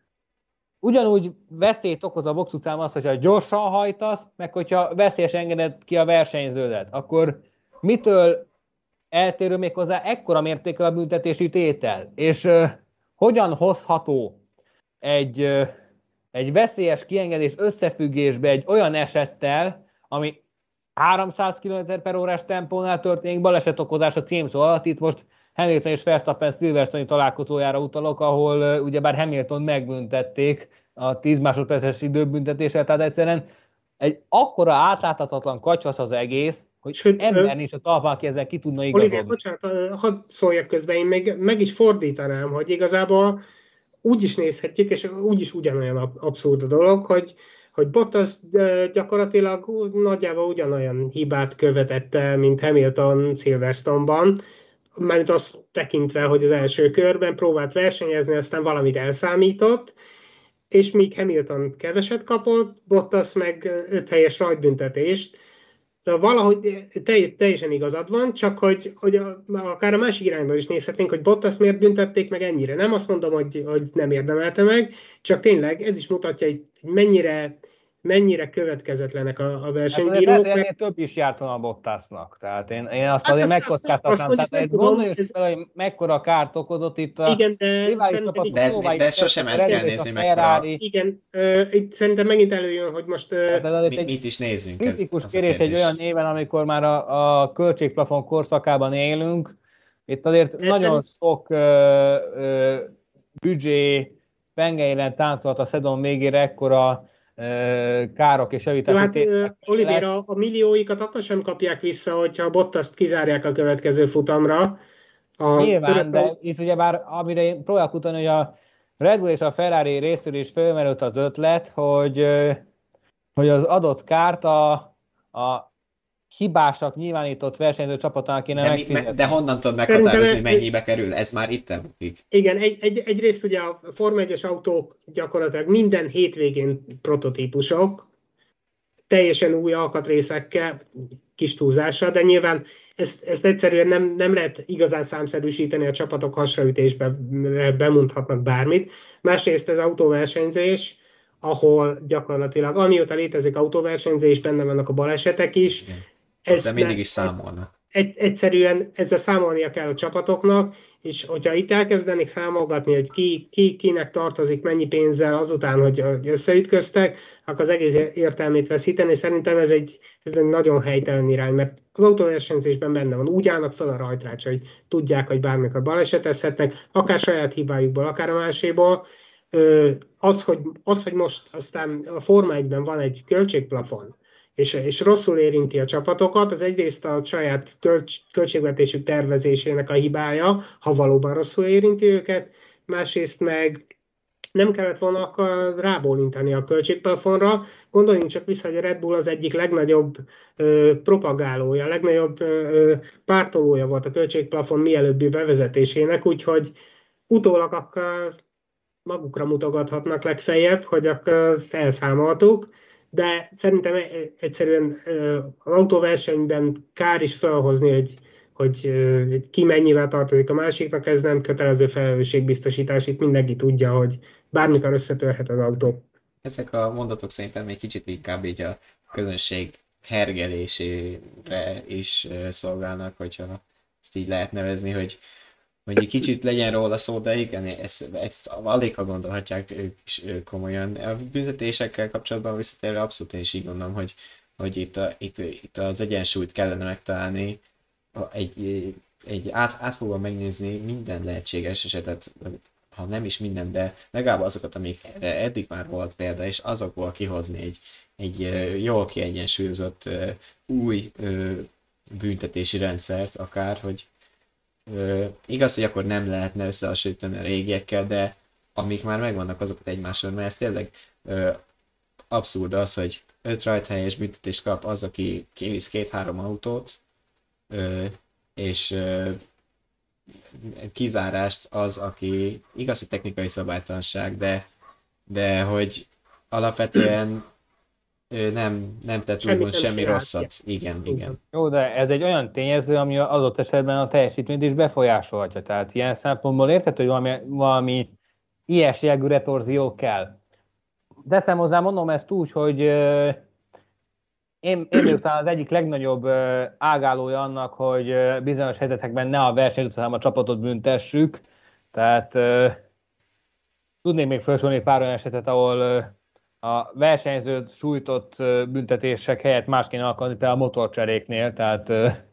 ugyanúgy veszélyt okoz a box után az, hogyha gyorsan hajtasz, meg hogyha veszélyes engeded ki a versenyződet, akkor mitől eltérő még hozzá ekkora mértékkel a büntetési tétel? És uh, hogyan hozható egy, uh, egy veszélyes kiengedés összefüggésbe egy olyan esettel, ami háromszáz kilométer per órás tempónál történik balesetokozás a címszó alatt. Itt most Hamilton és Verstappen Silverstone-i találkozójára utalok, ahol uh, ugyebár Hamilton megbüntették a tíz másodperces időbüntetéssel, tehát egyszerűen egy akkora átláthatatlan kacsvasz az egész, hogy Sőt, ember nincs a talpán, aki ezzel ki tudna igazodni. Oliver, bocsánat, hadd szóljak közben, én még meg is fordítanám, hogy igazából úgy is nézhetjük, és úgy is ugyanolyan abszurd a dolog, hogy, hogy Bottas gyakorlatilag nagyjából ugyanolyan hibát követett el, mint Hamilton Silverstone-ban, mert azt tekintve, hogy az első körben próbált versenyezni, aztán valamit elszámított, és míg Hamilton keveset kapott, Bottas meg öt helyes rajtbüntetést. Szóval valahogy teljesen igazad van, csak hogy, hogy a, akár a másik irányban is nézhetnénk, hogy Bottas miért büntették meg ennyire. Nem azt mondom, hogy, hogy nem érdemelte meg, csak tényleg ez is mutatja, hogy mennyire, mennyire következetlenek a, a versenybírók. Hát lehet, mert... több is járt a Bottasnak. Tehát én, én azt hát azért megkockáztatnám. Tehát gondoljuk fel, hogy mekkora kárt okozott itt a igen, de, csapat, de, de, de sosem ezt kell nézni, mekkora... Igen, uh, itt szerintem megint előjön, hogy most... Uh, Mi, mit is nézzünk. Kritikus kérés egy olyan néven, amikor már a, a költségplafon korszakában élünk, Itt azért Ezen... nagyon sok ö, ö, büdzsé pengeilen táncolt a szezon végére, ekkora ö, károk és javítási hát, tételek Oliver, mellett. a, a millióikat akkor sem kapják vissza, hogyha a Bottaszt kizárják a következő futamra. A Nyilván, török, de itt ugyebár amire én próbálok utalni, hogy a Red Bull és a Ferrari részéről is felmerült az ötlet, hogy, ö, hogy az adott kárt a, a hibásak nyilvánított versenyző csapatának kéne De, mi, megfizetni. de honnan tudod Szerintem meghatározni, e- mennyibe kerül? Ez már itt bukik. Igen, egy, egy, egyrészt ugye a Forma egyes autók gyakorlatilag minden hétvégén prototípusok, teljesen új alkatrészekkel, kis túlzással, de nyilván ezt, ezt egyszerűen nem, nem lehet igazán számszerűsíteni, a csapatok hasraütésbe bemondhatnak bármit. Másrészt az autóversenyzés, ahol gyakorlatilag amióta létezik autóversenyzés, benne vannak a balesetek is. Igen. Ez Ezzel mindig ne- is számolnak. egy, egyszerűen ezzel számolnia kell a csapatoknak, és hogyha itt elkezdenék számolgatni, hogy ki, ki kinek tartozik mennyi pénzzel azután, hogy, hogy összeütköztek, akkor az egész értelmét veszíteni. Szerintem ez egy, ez egy nagyon helytelen irány, mert az autóversenyzésben benne van. Úgy állnak fel a rajtrácsra, hogy tudják, hogy bármikor balesetezhetnek, akár saját hibájukból, akár a máséból. Az, hogy, az, hogy most aztán a Forma egyben van egy költségplafon, és, és rosszul érinti a csapatokat, az egyrészt a saját költs, költségvetésük tervezésének a hibája, ha valóban rosszul érinti őket, másrészt meg nem kellett volna akkor rábólintani a költségplafonra. Gondoljunk csak vissza, hogy a Red Bull az egyik legnagyobb ö, propagálója, legnagyobb ö, pártolója volt a költségplafon mielőbbi bevezetésének, úgyhogy utólag akkor magukra mutogathatnak legfeljebb, hogy akkor ezt elszámoltuk, de szerintem egyszerűen az autóversenyben kár is felhozni, hogy, hogy ki mennyivel tartozik a másiknak, ez nem kötelező felelősségbiztosítás, itt mindenki tudja, hogy bármikor összetörhet az autó. Ezek a mondatok szerintem még kicsit inkább így a közönség hergelésére is szolgálnak, hogyha ezt így lehet nevezni, hogy hogy egy kicsit legyen róla szó, de igen, ezt, ezt alig ha gondolhatják ők is komolyan. A büntetésekkel kapcsolatban visszatérve abszolút én is így gondolom, hogy, hogy itt, a, itt, itt az egyensúlyt kellene megtalálni, egy, egy át, átfogóan megnézni minden lehetséges esetet, ha nem is minden, de legalább azokat, amikre eddig már volt példa, és azokból kihozni egy, egy jól kiegyensúlyozott új büntetési rendszert akár, hogy Ö, igaz, hogy akkor nem lehetne összehasonlítani a régiekkel, de amik már megvannak, azokat egymással, mert ez tényleg ö, abszurd az, hogy öt rajthelyes büntetést kap az, aki kivisz két-három autót, ö, és ö, kizárást az, aki igaz, hogy technikai szabálytalanság, de, de hogy alapvetően ö, nem, nem tett Semmit úgymond nem semmi csinált. rosszat. Igen, igen. Jó, de ez egy olyan tényező, ami adott esetben a teljesítményt is befolyásolhatja. Tehát ilyen szempontból érted, hogy valami, valami ilyes jellegű retorzió kell. Teszem hozzá, mondom ezt úgy, hogy euh, én, én vagyok talán az egyik legnagyobb euh, ágálója annak, hogy euh, bizonyos helyzetekben ne a versenyt, hanem a csapatot büntessük. Tehát euh, tudnék még felsorolni pár olyan esetet, ahol euh, a versenyzőt sújtott büntetések helyett más kéne alkalmazni, például a motorcseréknél, tehát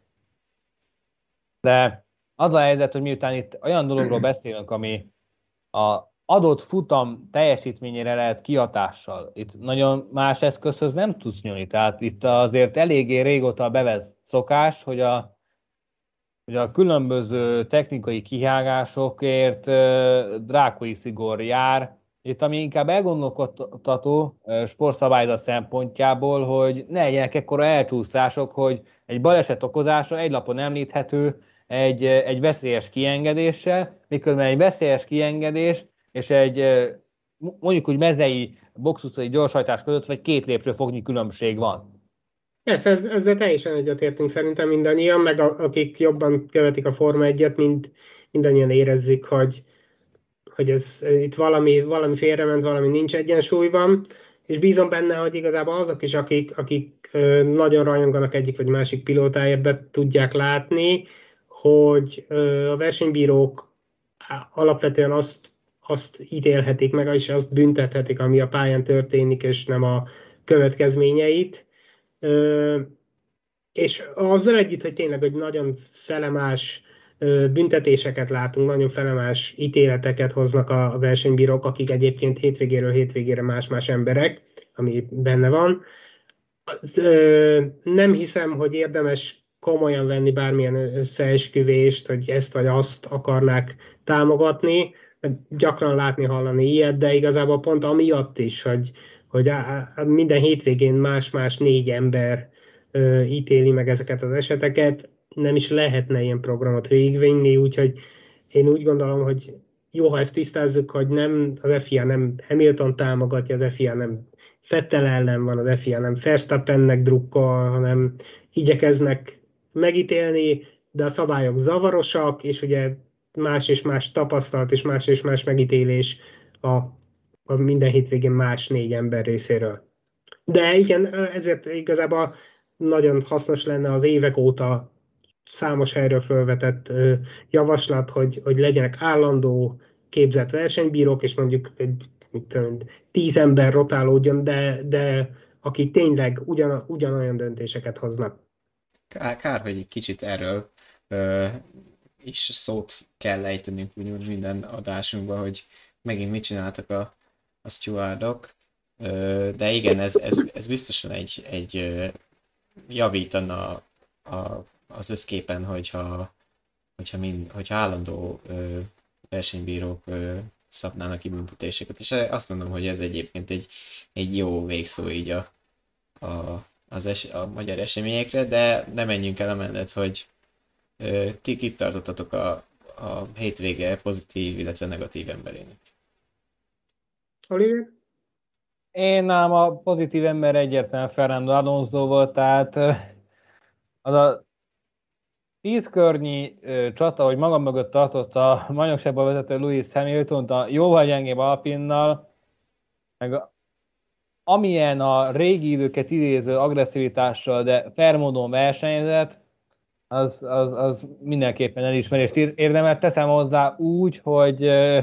de az a helyzet, hogy miután itt olyan dologról beszélünk, ami a adott futam teljesítményére lehet kihatással, itt nagyon más eszközhöz nem tudsz nyúlni, tehát itt azért eléggé régóta bevez szokás, hogy a, hogy a különböző technikai kihágásokért drákói szigor jár. Itt ami inkább elgondolkodtató sportszabályzat szempontjából, hogy ne legyenek ekkora elcsúszások, hogy egy baleset okozása egy lapon említhető egy, egy veszélyes kiengedéssel, miközben egy veszélyes kiengedés és egy mondjuk úgy mezei boxutcai gyorshajtás között vagy két lépcsőfoknyi különbség van. Persze, ez, ezzel teljesen egyetértünk szerintem mindannyian, meg a, akik jobban követik a Forma egyet, mind, mindannyian érezzük, hogy, hogy ez itt valami, valami félrement, valami nincs egyensúlyban, és bízom benne, hogy igazából azok is, akik, akik nagyon rajonganak egyik vagy másik pilótáért, be tudják látni, hogy a versenybírók alapvetően azt, azt ítélhetik meg, és azt büntethetik, ami a pályán történik, és nem a következményeit. És azzal együtt, hogy tényleg egy nagyon felemás büntetéseket látunk, nagyon felemás ítéleteket hoznak a versenybírók, akik egyébként hétvégéről hétvégére más-más emberek, ami benne van. Az, ö, nem hiszem, hogy érdemes komolyan venni bármilyen összeesküvést, hogy ezt vagy azt akarnák támogatni. Gyakran látni, hallani ilyet, de igazából pont amiatt is, hogy, hogy á, minden hétvégén más-más négy ember ö, ítéli meg ezeket az eseteket, nem is lehetne ilyen programot végigvinni, úgyhogy én úgy gondolom, hogy jó, ha ezt tisztázzuk, hogy nem, az ef i á nem Hamilton támogatja, az ef i á nem Vettel ellen van, az ef i á nem Verstappennek drukkol, hanem igyekeznek megítélni, de a szabályok zavarosak, és ugye más és más tapasztalat, és más és más megítélés a, a minden hétvégén más négy ember részéről. De igen, ezért igazából nagyon hasznos lenne az évek óta számos helyről felvetett javaslat, hogy, hogy legyenek állandó képzett versenybírók, és mondjuk egy mit tudom, tíz ember rotálódjon, de, de akik tényleg ugyan, ugyanolyan döntéseket hoznak. Kár, kár, hogy egy kicsit erről ö, is szót kell ejtenünk úgymond minden adásunkban, hogy megint mit csináltak a, a stewardok. Ö, de igen, ez, ez, ez biztosan egy, egy ö, javítana a, az összképen, hogyha, hogyha, mind, hogyha állandó ö, versenybírók ö, szabnának ki büntetéseket. És azt mondom, hogy ez egyébként egy, egy jó végszó így a, a, az es, a magyar eseményekre, de ne menjünk el amellett, hogy ö, ti kit tartottatok a, a hétvége pozitív, illetve negatív emberének. Oliver? Én ám a pozitív ember egyértelműen Fernando Alonso volt, tehát az a tíz környi ö, csata, hogy maga mögött tartotta a bajnokságba vezető Lewis Hamiltont a jóval gyengébb Alpinnal, meg a, amilyen a régi időket idéző agresszivitással, de fair módon versenyzett, az, az, az mindenképpen elismerést érdemelt. Teszem hozzá úgy, hogy ö,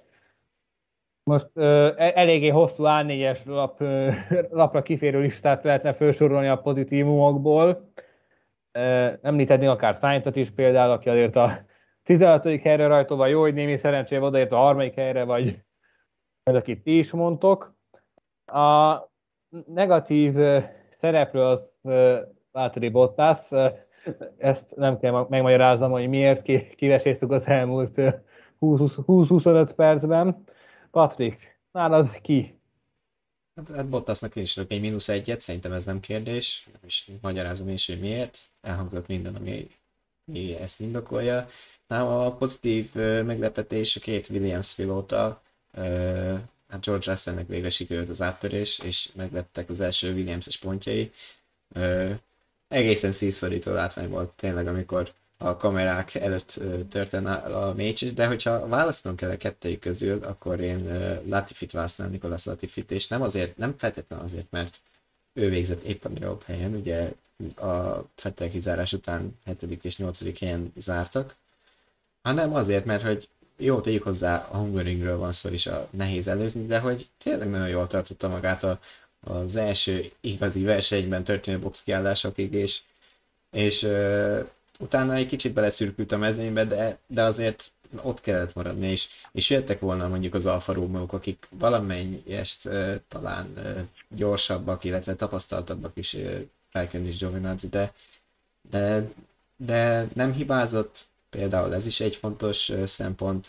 most ö, eléggé hosszú á négyes lap, ö, lapra kiférő listát lehetne felsorolni a pozitívumokból. Említhetnénk akár Sainzot is például, aki azért a tizenhatodik helyre rajtolva, jó, hogy némi szerencsével odaért a harmadik helyre, vagy majd akit ti is mondtok. A negatív szereplő az Valtteri Bottas, ezt nem kell megmagyaráznom, hogy miért kiveséztük az elmúlt húsz-huszonöt percben. Patrik, nálad ki? Hát, hát Bottasnak én is adok egy mínusz egyet, szerintem ez nem kérdés, és magyarázom én is, hogy miért. Elhangzott minden, ami, ami ezt indokolja. Nálam a pozitív ö, meglepetés a két Williams pilóta, ö, hát George Russellnek végre sikerült az áttörés, és meglettek az első Williams-es pontjai. Ö, egészen szívszorító látvány volt tényleg, amikor a kamerák előtt ö, történt a, a meccs, de hogyha választanom kell a kettőjük közül, akkor én ö, Latifit választanám, Nicolas Latifit, és nem azért, nem feltétlenül azért, mert ő végzett éppen a jobb helyen, ugye a Vettel kizárás után hetedik és nyolcadik helyen zártak, hanem azért, mert hogy jó, tegyük hozzá, a Hungaroringről van szó, és a nehéz előzni, de hogy tényleg nagyon jól tartotta magát a, az első igazi versenyben történő box kiállásokig, és, és ö, utána egy kicsit beleszürkült a mezőnybe, de, de azért ott kellett maradni, és, és jöttek volna mondjuk az Alfa Romeo-k, akik valamennyest ö, talán ö, gyorsabbak, illetve tapasztaltabbak is, ö, Raikkonen és Giovinazzi, de, de, de nem hibázott, például ez is egy fontos ö, szempont,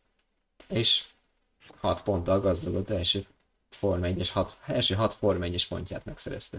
és hat ponttal gazdagodott első Forma egyes, hat, első hat Forma egyes pontját megszerezte.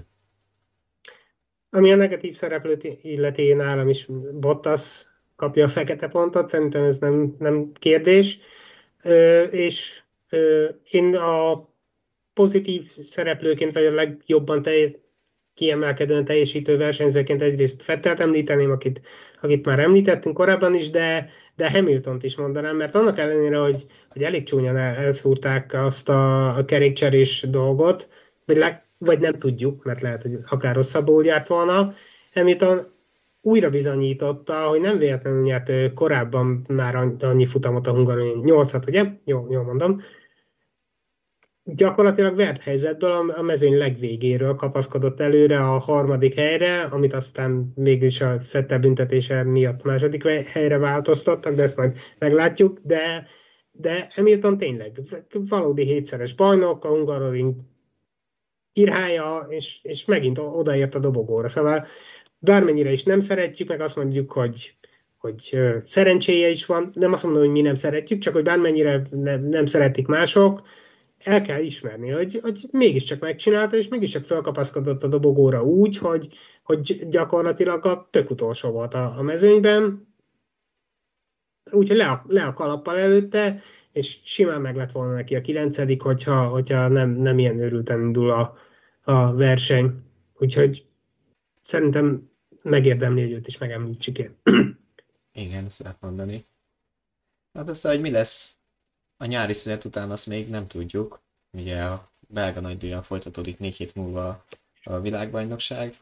Ami a negatív szereplőt illeti, én nálam is Bottas kapja a fekete pontot, szerintem ez nem, nem kérdés. Ö, és ö, én a pozitív szereplőként, vagy a legjobban telj, kiemelkedően teljesítő versenyzőként egyrészt Vettelt említeném, akit, akit már említettünk korábban is, de, de Hamiltont is mondanám, mert annak ellenére, hogy, hogy elég csúnyan el, elszúrták azt a, a kerékcserés dolgot, vagy, le, vagy nem tudjuk, mert lehet, hogy akár rosszabbul járt volna, Hamilton újra bizonyította, hogy nem véletlenül nyert korábban már annyi futamot a Hungaroringen, nyolcat, ugye? Jó, jól mondom. gyakorlatilag vert helyzetből a a mezőny legvégéről kapaszkodott előre a harmadik helyre, amit aztán mégis a Vettel büntetése miatt második helyre változtattak, de ezt majd meglátjuk, de, de Hamilton tényleg valódi hétszeres bajnok, a Hungaroring királya, és, és megint odaért a dobogóra. Szóval bármennyire is nem szeretjük, meg azt mondjuk, hogy, hogy ö, szerencséje is van, nem azt mondom, hogy mi nem szeretjük, csak hogy bármennyire nem, nem szeretik mások, el kell ismerni, hogy, hogy mégiscsak megcsinálta, és mégiscsak felkapaszkodott a dobogóra úgy, hogy, hogy gyakorlatilag a tök utolsó volt a, a mezőnyben, úgyhogy le a, le a kalappal előtte, és simán meg lett volna neki a kilencedik, hogyha, hogyha nem, nem ilyen őrülten indul a, a verseny. Úgyhogy szerintem megérdemli, hogy őt is megemlítsük én. Igen, ezt lehet mondani. Hát aztán, hogy mi lesz a nyári szünet után, azt még nem tudjuk. Ugye a belga nagydíjjal folytatódik négy hét múlva a világbajnokság.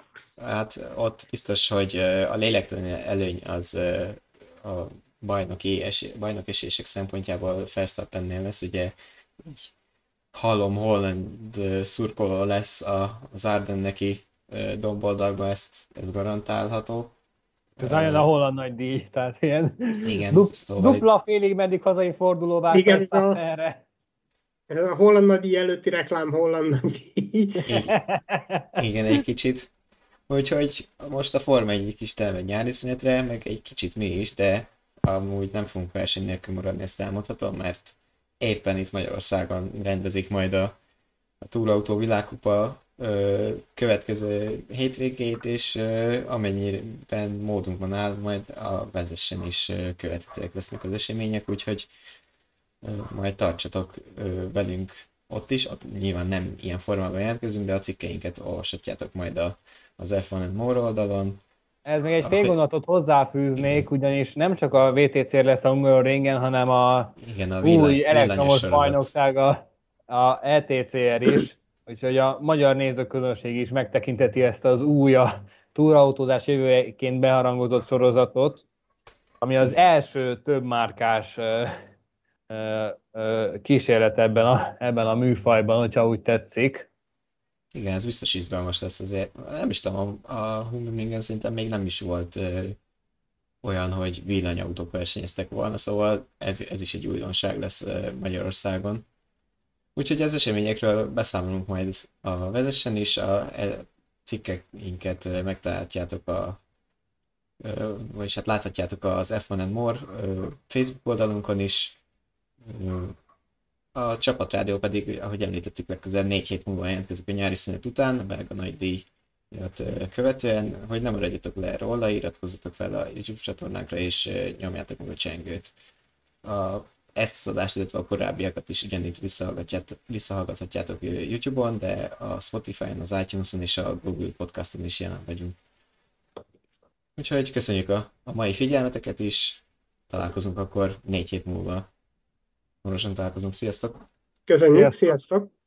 Hát ott biztos, hogy ö, a lélektani előny az ö, a bajnoki esély, bajnok esélyesek szempontjából Verstappennél lesz. Ugye így hallom, holland ö, szurkoló lesz a, az Ardenneki ö, domboldalban, ezt, ez garantálható. Ez nagyon a holland nagy díj, tehát ilyen Igen, du- szóval dupla félig meddig hazai fordulóvá Igen, ez a- Verstappenre. Ez a holland nagydíj előtti reklám holland nagydíj. igen, egy kicsit. Úgyhogy most a Forma egy kis elmegy nyári szünetre, meg egy kicsit mi is, de amúgy nem fogunk verseny nélkül maradni, ezt elmondhatom, mert éppen itt Magyarországon rendezik majd a, a túrautó világkupa ö, következő hétvégét, és ö, amennyiben módunkban áll, majd a vezessen is ö, követhetőek lesznek az események, úgyhogy ö, majd tartsatok ö, velünk ott is, ott nyilván nem ilyen formában jelentkezünk, de a cikkeinket olvashatjátok majd a, az ef egy More oldalon. Ez még egy A fél fé- gondolatot hozzáfűznék, ugyanis nem csak a vé té cé lesz a Hungaroringen, hanem a Igen, a villany, új elektromos sorozat. bajnoksága, a é té cé er is, úgyhogy a magyar nézőközönség is megtekinteti ezt az új, a túrautózás jövőjeként beharangozott sorozatot, ami az első több márkás ö, ö, ö, kísérlet ebben a, ebben a műfajban, hogyha úgy tetszik. Igen, ez biztos izgalmas lesz azért. Nem is tudom, a, a Hungaroringen szerintem még nem is volt ö, olyan, hogy villanyautók versenyeztek volna, szóval ez, ez is egy újdonság lesz ö, Magyarországon. Úgyhogy az eseményekről beszámolunk majd a Vezessen is, a e, cikkeinket ö, megtalálhatjátok a, ö, vagyis hát láthatjátok az ef egy and More ö, Facebook oldalunkon is. Ö, A csapatrádió pedig, ahogy említettük, legközelebb négy hét múlva jelentkezik a nyári szünet után, a belga nagy díjat ö, követően, hogy nem maradjatok le róla, iratkozzatok fel a YouTube csatornánkra, és ö, nyomjátok meg a csengőt. A, ezt az adást, illetve a korábbiakat is ugyanitt visszahallgatjátok, visszahallgathatjátok ö, YouTube-on, de a Spotify-on, az iTunes-on és a Google Podcaston is jelen vagyunk. Úgyhogy köszönjük a, a mai figyelmeteket is, találkozunk akkor négy hét múlva. Hamarosan találkozunk, sziasztok! Köszönjük, Sziasztok. sziasztok!